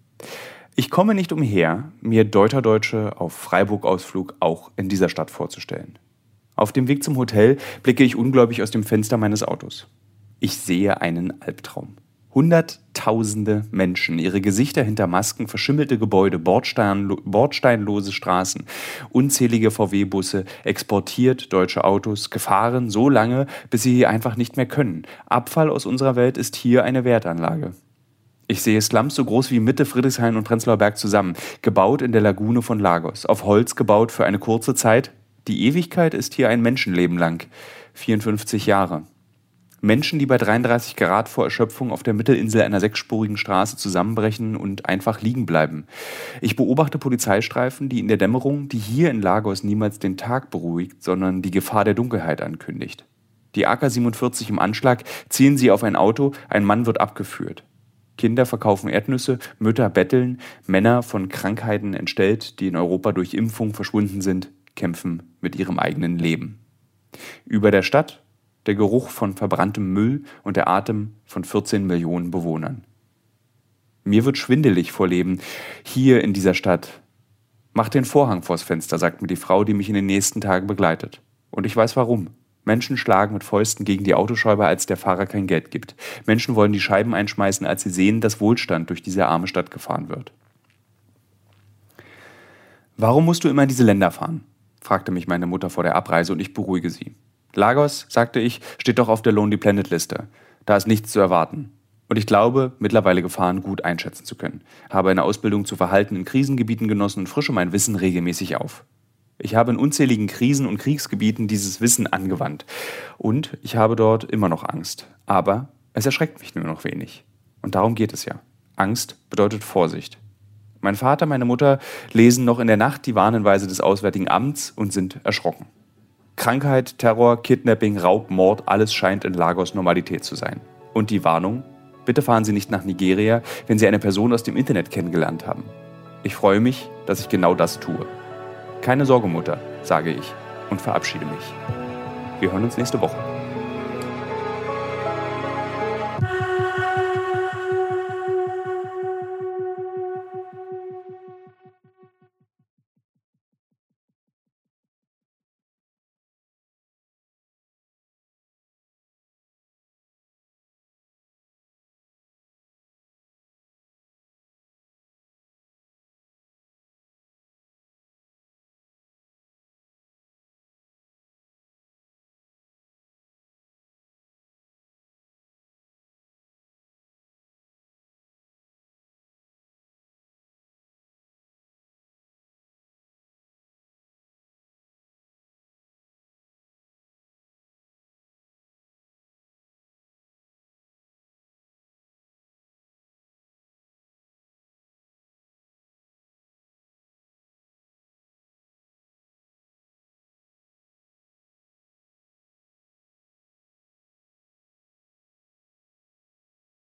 Ich komme nicht umher, mir Deuterdeutsche auf Freiburg-Ausflug auch in dieser Stadt vorzustellen. Auf dem Weg zum Hotel blicke ich ungläubig aus dem Fenster meines Autos. Ich sehe einen Albtraum. Hunderttausende Menschen, ihre Gesichter hinter Masken, verschimmelte Gebäude, Bordstein, bordsteinlose Straßen, unzählige V W-Busse, exportiert deutsche Autos, gefahren so lange, bis sie einfach nicht mehr können. Abfall aus unserer Welt ist hier eine Wertanlage. Ich sehe Slums so groß wie Mitte, Friedrichshain und Prenzlauer Berg zusammen, gebaut in der Lagune von Lagos, auf Holz gebaut für eine kurze Zeit. Die Ewigkeit ist hier ein Menschenleben lang, vierundfünfzig Jahre. Menschen, die bei dreiunddreißig Grad vor Erschöpfung auf der Mittelinsel einer sechsspurigen Straße zusammenbrechen und einfach liegen bleiben. Ich beobachte Polizeistreifen, die in der Dämmerung, die hier in Lagos niemals den Tag beruhigt, sondern die Gefahr der Dunkelheit ankündigt. Die A K siebenundvierzig im Anschlag, ziehen sie auf ein Auto, ein Mann wird abgeführt. Kinder verkaufen Erdnüsse, Mütter betteln, Männer von Krankheiten entstellt, die in Europa durch Impfung verschwunden sind, kämpfen mit ihrem eigenen Leben. Über der Stadt der Geruch von verbranntem Müll und der Atem von vierzehn Millionen Bewohnern. Mir wird schwindelig vor Leben hier in dieser Stadt. Mach den Vorhang vors Fenster, sagt mir die Frau, die mich in den nächsten Tagen begleitet. Und ich weiß warum. Menschen schlagen mit Fäusten gegen die Autoscheibe, als der Fahrer kein Geld gibt. Menschen wollen die Scheiben einschmeißen, als sie sehen, dass Wohlstand durch diese arme Stadt gefahren wird. Warum musst du immer in diese Länder fahren? Fragte mich meine Mutter vor der Abreise und ich beruhige sie. Lagos, sagte ich, steht doch auf der Lonely Planet Liste. Da ist nichts zu erwarten. Und ich glaube, mittlerweile Gefahren gut einschätzen zu können. Habe eine Ausbildung zu Verhalten in Krisengebieten genossen und frische mein Wissen regelmäßig auf. Ich habe in unzähligen Krisen- und Kriegsgebieten dieses Wissen angewandt. Und ich habe dort immer noch Angst. Aber es erschreckt mich nur noch wenig. Und darum geht es ja. Angst bedeutet Vorsicht. Mein Vater, meine Mutter lesen noch in der Nacht die Warnhinweise des Auswärtigen Amts und sind erschrocken. Krankheit, Terror, Kidnapping, Raub, Mord, alles scheint in Lagos Normalität zu sein. Und die Warnung? Bitte fahren Sie nicht nach Nigeria, wenn Sie eine Person aus dem Internet kennengelernt haben. Ich freue mich, dass ich genau das tue. Keine Sorge, Mutter, sage ich und verabschiede mich. Wir hören uns nächste Woche.